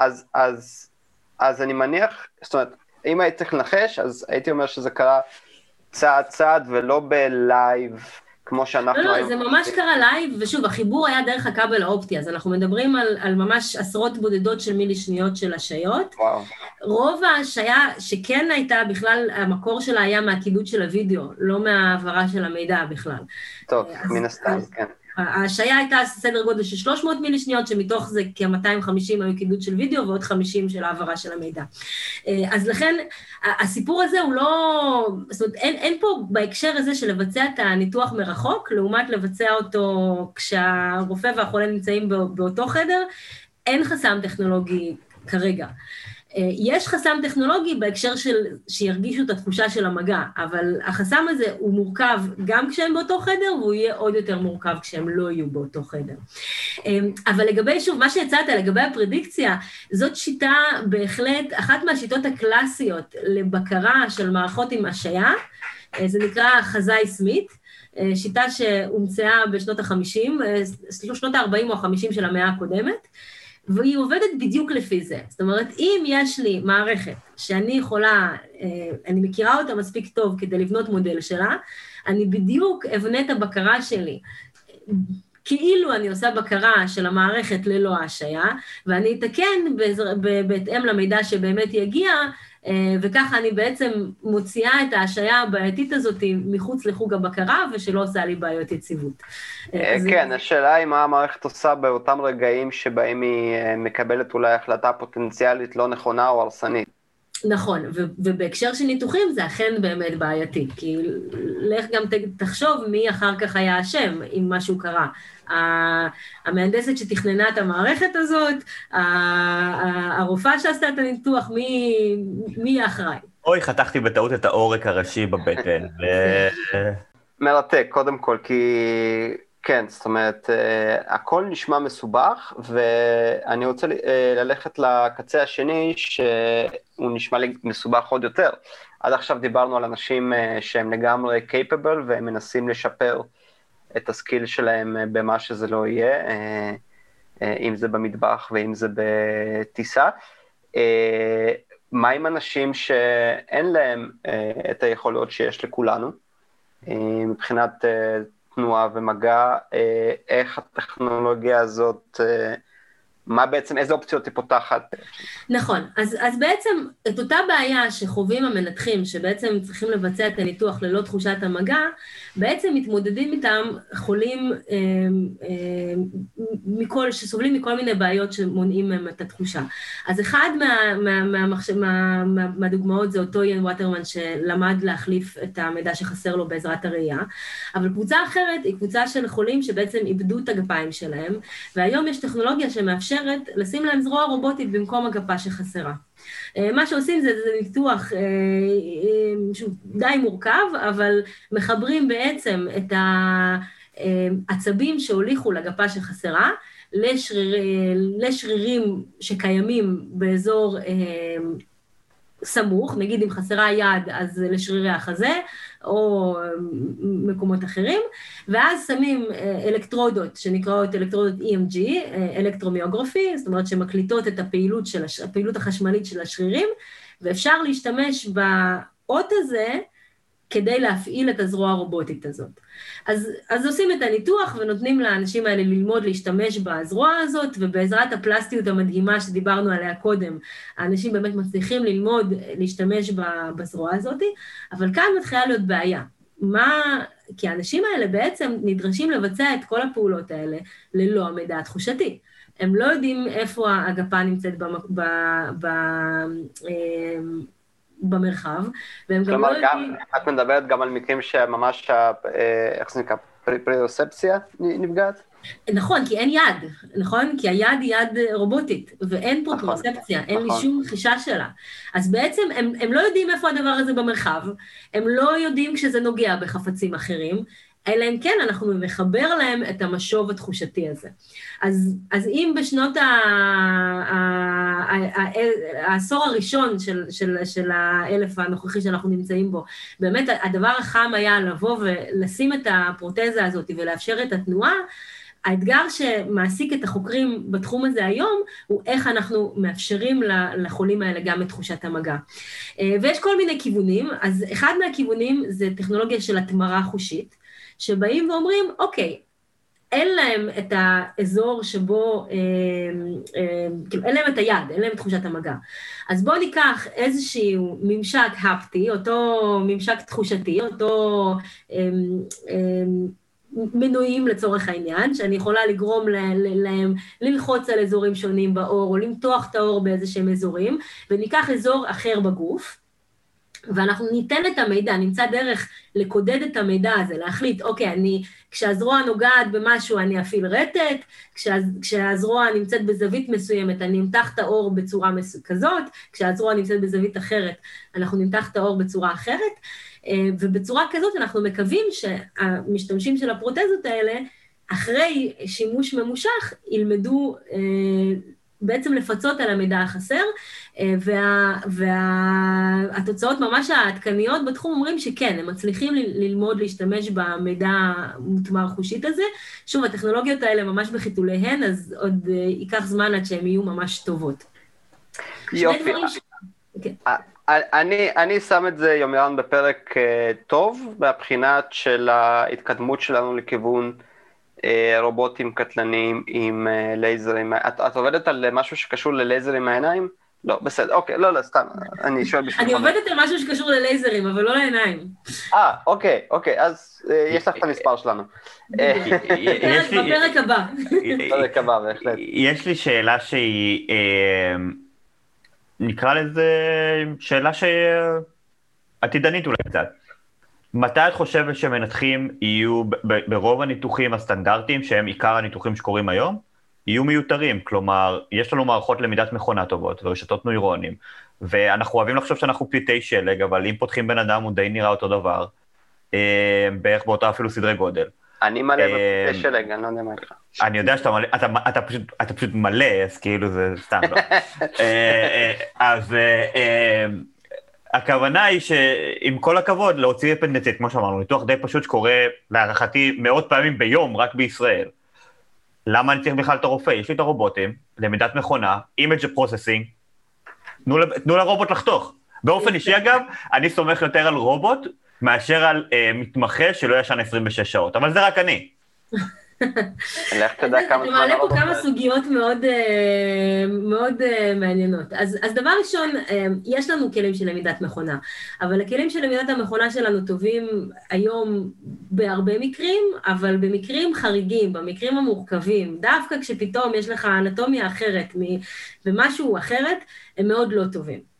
אז אני מניח, זאת אומרת, אם הייתי צריך לנחש, אז הייתי אומר שזה קרה צעד צעד ולא בלייב, כמו שאנחנו... לא, זה ממש קרה לייב, ושוב, החיבור היה דרך הכבל האופטי, אז אנחנו מדברים על ממש עשרות בודדות של מילי שניות של השעיות. וואו. רוב ההשעיה שכן הייתה בכלל, המקור שלה היה מהקידוד של הוידאו, לא מהעברה של המידע בכלל. טוב, מן הסתם, כן. ההשעיה הייתה סדר גודל של 300 מילי שניות, שמתוך זה כ-250 היו קידוד של וידאו, ועוד 50 של העברה של המידע. אז לכן, הסיפור הזה הוא לא... זאת אומרת, אין פה בהקשר הזה של לבצע את הניתוח מרחוק, לעומת לבצע אותו כשהרופא והחולה נמצאים באותו חדר, אין חסם טכנולוגי כרגע. יש חסם טכנולוגי בהקשר של שירגישו את התחושה של המגע, אבל החסם הזה הוא מורכב גם כשהם באותו חדר, והוא יהיה עוד יותר מורכב כשהם לא יהיו באותו חדר. אבל לגבי, שוב, מה שהצעת לגבי הפרדיקציה, זאת שיטה בהחלט, אחת מהשיטות הקלאסיות לבקרה של מערכות עם השעיה, זה נקרא חזאי סמית, שיטה שהומצאה בשנות ה-50, שנות ה-40 או ה-50 של המאה הקודמת, והיא עובדת בדיוק לפי זה. זאת אומרת, אם יש לי מערכת שאני יכולה, אני מכירה אותה מספיק טוב כדי לבנות מודל שלה, אני בדיוק אבנה את הבקרה שלי, כאילו אני עושה בקרה של המערכת ללא השעיה, ואני אתקן בהתאם למידע שבאמת יגיע, וככה אני בעצם מוציאה את ההשעיה הבעייתית הזאת מחוץ לחוג הבקרה, ושלא עושה לי בעיות יציבות. כן, השאלה היא מה המערכת עושה באותם רגעים שבהם היא מקבלת אולי החלטה פוטנציאלית לא נכונה או הרסנית. נכון, ובהקשר של ניתוחים זה אכן באמת בעייתי, כי לך גם תחשוב מי אחר כך היה אשם אם משהו קרה. המהנדסת שתכננה את המערכת הזאת, הרופאה שעשתה את הניתוח, מי האחראי? אוי, חתכתי בטעות את העורק הראשי בבטן. מרתק, קודם כל, כי כן, זאת אומרת, הכל נשמע מסובך, ואני רוצה ללכת לקצה השני, שהוא נשמע לי מסובך עוד יותר. עד עכשיו דיברנו על אנשים שהם לגמרי capable, והם מנסים לשפר את הסקיל שלהם במה שזה לא יהיה, אם זה במטבח ואם זה בטיסה. מה עם אנשים שאין להם את היכולות שיש לכולנו, מבחינת תנועה ומגע, איך הטכנולוגיה הזאת, מה בעצם, איזה אופציות היא פותחת? נכון, אז בעצם את אותה בעיה שחווים המנתחים, שבעצם צריכים לבצע את הניתוח ללא תחושת המגע, בעצם מתמודדים איתם חולים שסובלים מכל מיני בעיות שמונעים מהם את התחושה. אז אחד מהדוגמאות זה אותו איין ווטרמן שלמד להחליף את המידע שחסר לו בעזרת הראייה, אבל קבוצה אחרת היא קבוצה של חולים שבעצם איבדו את הגפיים שלהם, והיום יש טכנולוגיה שמאפשרת לשים להם זרוע רובוטית במקום הגפה שחסרה. מה שעושים זה ניתוח שהוא די מורכב, אבל מחברים בעצם את העצבים שהוליכו לגפה שחסרה, לשרירים שקיימים באזור סמוך, נגיד אם חסרה יד אז לשרירי החזה, או מקומות אחרים, ואז שמים אלקטרודות שנקראות אלקטרודות EMG, אלקטרומיוגרפי, זאת אומרת שמקליטות את הפעילות החשמלית של השרירים, ואפשר להשתמש באות הזה כדי להפעיל את הזרוע הרובוטית הזאת. אז עושים את הניתוח ונותנים לאנשים האלה ללמוד להשתמש בזרוע הזאת, ובעזרת הפלסטיות המדהימה שדיברנו עליה קודם, האנשים באמת מצליחים ללמוד להשתמש בזרוע הזאת, אבל כאן מתחילה להיות בעיה. כי האנשים האלה בעצם נדרשים לבצע את כל הפעולות האלה ללא המידע התחושתי. הם לא יודעים איפה הגפה נמצאת במרחב, והם גם לא יודעים... את מדברת גם על מקרים שממש, איך זה נקרא, פריאוספציה נפגעת? נכון, כי אין יד, נכון? כי היד היא יד רובוטית, ואין פה פריאוספציה, אין לי שום חישה שלה. אז בעצם הם לא יודעים איפה הדבר הזה במרחב, הם לא יודעים כשזה נוגע בחפצים אחרים, אלא אם כן אנחנו נחבר להם את המשוב התחושתי הזה. אז אם בשנות העשור הראשון של האלף הנוכחי שאנחנו נמצאים בו, באמת הדבר החם היה לבוא ולשים את הפרוטזה הזאת ולאפשר את התנועה, האתגר שמעסיק את החוקרים בתחום הזה היום, הוא איך אנחנו מאפשרים לחולים האלה גם את תחושת המגע. ויש כל מיני כיוונים, אז אחד מהכיוונים זה טכנולוגיה של התמרה חושית, שבאים ואומרים, אוקיי, אין להם את האזור שבו, אין להם את היד, אין להם את תחושת המגע. אז בואו ניקח איזשהו ממשק הפטי, אותו ממשק תחושתי, אותו מנועים לצורך העניין, שאני יכולה לגרום להם ללחוץ על אזורים שונים באור, או למתוח את האור באיזשהם אזורים, וניקח אזור אחר בגוף, ואנחנו ניתן את המידע, נמצא דרך לקודד את המידע הזה, להחליט, אוקיי, כשהזרוע נוגעת במשהו אני אפעיל רטט, כשהזרוע נמצאת בזווית מסוימת אני אמתח את האור בצורה כזאת, כשהזרוע נמצאת בזווית אחרת אנחנו נמתח את האור בצורה אחרת, ובצורה כזאת אנחנו מקווים שהמשתמשים של הפרוטזות האלה, אחרי שימוש ממושך, ילמדו בעצם לפצות על המידע החסר, והתוצאות ממש העדכניות בתחום אומרים שכן, הם מצליחים ללמוד להשתמש במידע מותמר חושית הזה. שוב, הטכנולוגיות האלה ממש בחיתוליהן, אז עוד ייקח זמן עד שהן יהיו ממש טובות. יופי. אני שם את זה יומירן בפרק טוב, מהבחינת של ההתקדמות שלנו לכיוון רובוטים קטלניים עם לייזרים. את עובדת על משהו שקשור ללייזרים מהעיניים? לא, בסדר, אוקיי, לא, סתם, אני שואל בשביל... אני עובדת על משהו שקשור ללייזרים, אבל לא לעיניים. אוקיי, אז יש לך את המספר שלנו. בפרק הבא. בפרק הבא, בהחלט. יש לי שאלה שהיא נקרא לזה שאלה שעתידנית אולי קצת. מתי את חושבת שמנתחים יהיו, ברוב הניתוחים הסטנדרטיים, שהם עיקר הניתוחים שקורים היום, יהיו מיותרים? כלומר, יש לנו מערכות למידת מכונה טובות ורשתות נוירונים, ואנחנו אוהבים לחשוב שאנחנו פליטי שלג, אבל אם פותחים בן אדם הוא די נראה אותו דבר, בערך באותה אפילו סדרי גודל. אני מלא בפליטי שלג, אני לא יודע מה לך. אני יודע שאתה מלא, אתה פשוט מלא, אז כאילו זה סתם לא. אז הכוונה היא שעם כל הכבוד להוציא אפנדציט, כמו שאמרנו, ניתוח די פשוט שקורה להערכתי מאות פעמים ביום רק בישראל. למה אני צריך בכלל את הרופא? יש לי את הרובוטים, למידת מכונה, image processing, תנו לרובוט לחתוך. באופן אישי אגב, אני סומך יותר על רובוט מאשר על מתמחה שלא ישן 26 שעות, אבל זה רק אני. לך תדע כמה אתה מעלה פה כמה סוגיות מאוד מעניינות. אז דבר ראשון, יש לנו כלים של למידת מכונה, אבל הכלים של למידת המכונה שלנו טובים היום בהרבה מקרים, אבל במקרים חריגים, במקרים המורכבים, דווקא כשפתאום יש לך אנטומיה אחרת ומשהו אחרת, הם מאוד לא טובים.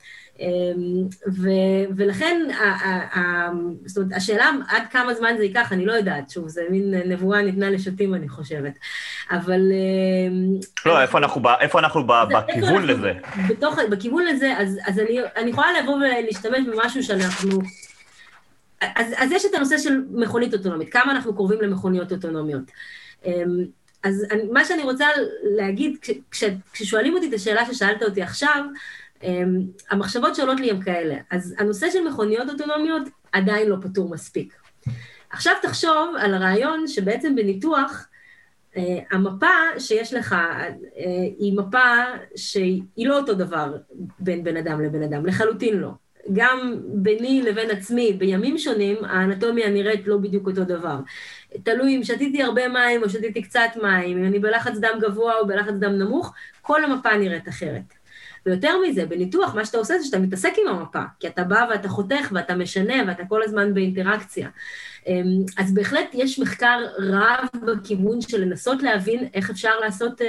ולכן, זאת אומרת, השאלה עד כמה זמן זה ייקח, אני לא יודעת, שוב, זה מין נבואה ניתנה לשוטים, אני חושבת, אבל... לא, איפה אנחנו בכיוון לזה? בכיוון לזה, אז אני יכולה לבוא ולהשתמש במשהו שאנחנו... אז יש את הנושא של מכונית אוטונומית, כמה אנחנו קרובים למכוניות אוטונומיות. אז מה שאני רוצה להגיד, כששואלים אותי את השאלה ששאלת אותי עכשיו, המחשבות שעולות לי הם כאלה. אז הנושא של מכוניות אוטונומיות עדיין לא פתור מספיק. עכשיו תחשוב על הרעיון שבעצם בניתוח, המפה שיש לך היא מפה שהיא לא אותו דבר בין בן אדם לבן אדם, לחלוטין לא. גם ביני לבין עצמי, בימים שונים, האנטומיה נראית לא בדיוק אותו דבר. תלוי אם שתיתי הרבה מים או שתיתי קצת מים, אם אני בלחץ דם גבוה או בלחץ דם נמוך, כל המפה נראית אחרת. ויותר מזה, בניתוח, מה שאתה עושה זה שאתה מתעסק עם המפה, כי אתה בא ואתה חותך ואתה משנה ואתה כל הזמן באינטראקציה. אז בהחלט יש מחקר רב בכיוון של לנסות להבין איך אפשר לעשות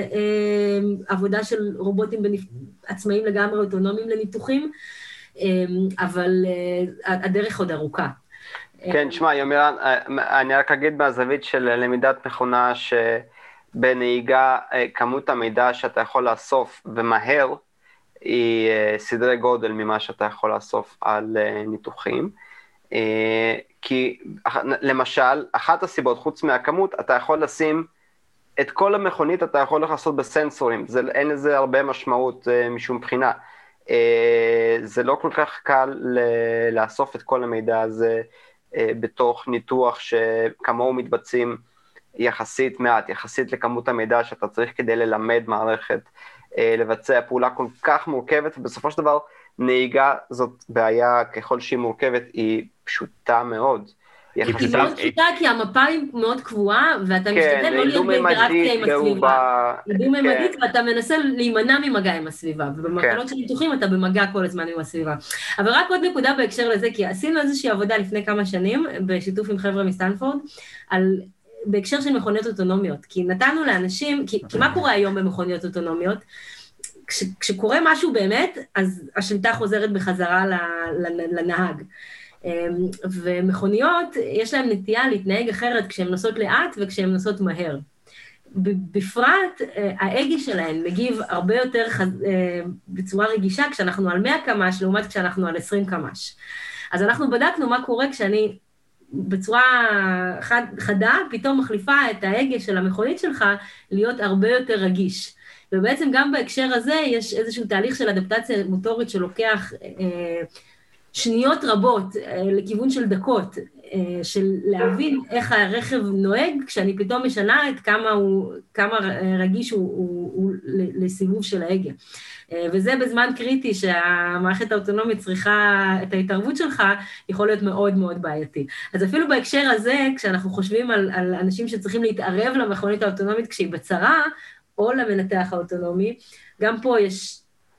עבודה של רובוטים עצמאיים לגמרי אוטונומיים לניתוחים, אבל הדרך עוד ארוכה. כן, שמע, יומירן, אני רק אגיד מהזווית של למידת מכונה בנהיגה, כמות המידע שאתה יכול לאסוף ומהר, היא סדרי גודל ממה שאתה יכול לאסוף על ניתוחים. כי למשל, אחת הסיבות, חוץ מהכמות, אתה יכול לשים את כל המכונית, אתה יכול לעשות בסנסורים, אין לזה הרבה משמעות משום בחינה. זה לא כל כך קל לאסוף את כל המידע הזה בתוך ניתוח שכמוהו מתבצעים יחסית מעט, יחסית לכמות המידע שאתה צריך כדי ללמד מערכת, לבצע פעולה כל כך מורכבת, ובסופו של דבר נהיגה זאת בעיה ככל שהיא מורכבת, היא פשוטה מאוד. היא מאוד פשוטה כי המפה היא מאוד קבועה, ואתה משתדל לא להיות באינטראקציה עם הסביבה. היא דו-ממדית, ואתה מנסה להימנע ממגע עם הסביבה, ובמקלות של ניתוחים אתה במגע כל הזמן עם הסביבה. אבל רק עוד נקודה בהקשר לזה, כי עשינו איזושהי עבודה לפני כמה שנים, בשיתוף עם חבר'ה מסטנפורד, בהקשר של מכוניות אוטונומיות, כי נתנו לאנשים, כי מה קורה היום במכוניות אוטונומיות? כשקורה משהו באמת, אז השליטה חוזרת בחזרה לנהג. ומכוניות, יש להם נטייה להתנהג אחרת כשהן נוסעות לאט וכשהן נוסעות מהר. בפרט, ההגה שלהן מגיב הרבה יותר בצורה רגישה כשאנחנו על 100 קמ"ש, לעומת כשאנחנו על 20 קמ"ש. אז אנחנו בדקנו מה קורה כשאני בצורה חדה, פתאום מחליפה את ההגה של המכונית שלך להיות הרבה יותר רגיש. ובעצם גם בהקשר הזה יש איזשהו תהליך של אדפטציה מוטורית שלוקח שניות רבות לכיוון של דקות, של להבין איך הרכב נוהג, כשאני פתאום משנה את כמה רגיש הוא לסיבוב של ההגה. וזה בזמן קריטי שהמערכת האוטונומית צריכה את ההתערבות שלך, יכול להיות מאוד מאוד בעייתי. אז אפילו בהקשר הזה, כשאנחנו חושבים על אנשים שצריכים להתערב למכונית האוטונומית כשהיא בצרה, או למנתח האוטונומי, גם פה יש...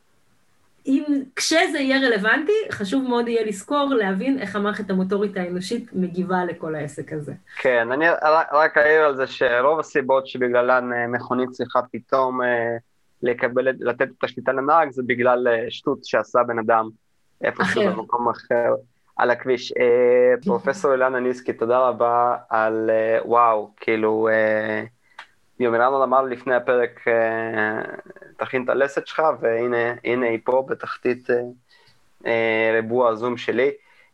כשזה יהיה רלוונטי, חשוב מאוד יהיה לזכור, להבין איך המערכת המוטורית האנושית מגיבה לכל העסק הזה. כן, אני רק אעיר על זה שרוב הסיבות שבגללן מכונית צריכה פתאום לתת את השליטה לנהג, זה בגלל שטות שעשה בן אדם איפשהו במקום אחר על הכביש. פרופסור אילנה ניסקי, תודה רבה על וואו, כאילו, יומירן אמר לפני הפרק, תכין את הלסת שלך, והנה היא פה בתחתית ריבוע הזום שלי.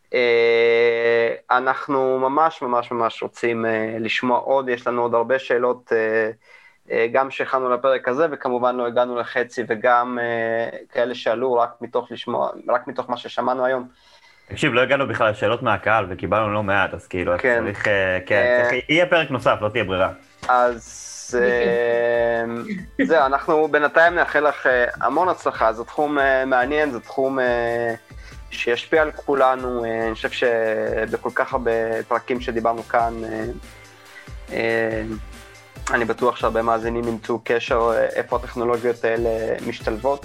אנחנו ממש ממש ממש רוצים לשמוע עוד, יש לנו עוד הרבה שאלות, גם שהכנו לפרק הזה, וכמובן לא הגענו לחצי, וגם כאלה שעלו רק מתוך מה ששמענו היום. תקשיב, לא הגענו בכלל לשאלות מהקהל, וקיבלנו לא מעט, אז כאילו, צריך, יהיה פרק נוסף, לא תהיה ברירה. אז זהו, אנחנו בינתיים נאחל לך המון הצלחה, זה תחום מעניין, זה תחום שישפיע על כולנו, אני חושב שבכל כך הרבה פרקים שדיברנו כאן, אני בטוח שהרבה מאזינים ימצאו קשר איפה הטכנולוגיות האלה משתלבות.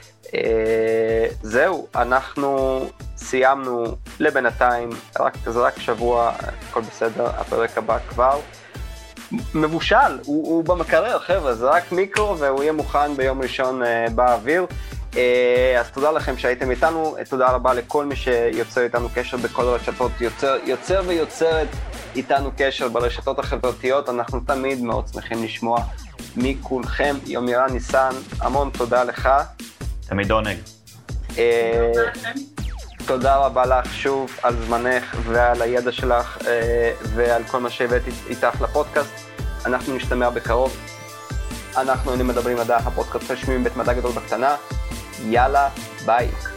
זהו, אנחנו סיימנו לבינתיים, זה רק שבוע, הכל בסדר, הפרק הבא כבר מבושל, הוא במקרר, חבר'ה, זה רק מיקרו והוא יהיה מוכן ביום ראשון באוויר. אז תודה לכם שהייתם איתנו, תודה רבה לכל מי שיוצר איתנו קשר בכל הרשתות, יוצר ויוצרת איתנו קשר ברשתות החברתיות, אנחנו תמיד מאוד שמחים לשמוע מכולכם. יומירן ניסן, המון תודה לך. תמיד עונג. תודה רבה לך שוב על זמנך ועל הידע שלך ועל כל מה שהבאת איתך לפודקאסט. אנחנו נשתמע בקרוב. אנחנו מדברים מדע, הפודקאסט רשמי מבית מדע גדול בקטנה. יאללה, ביי.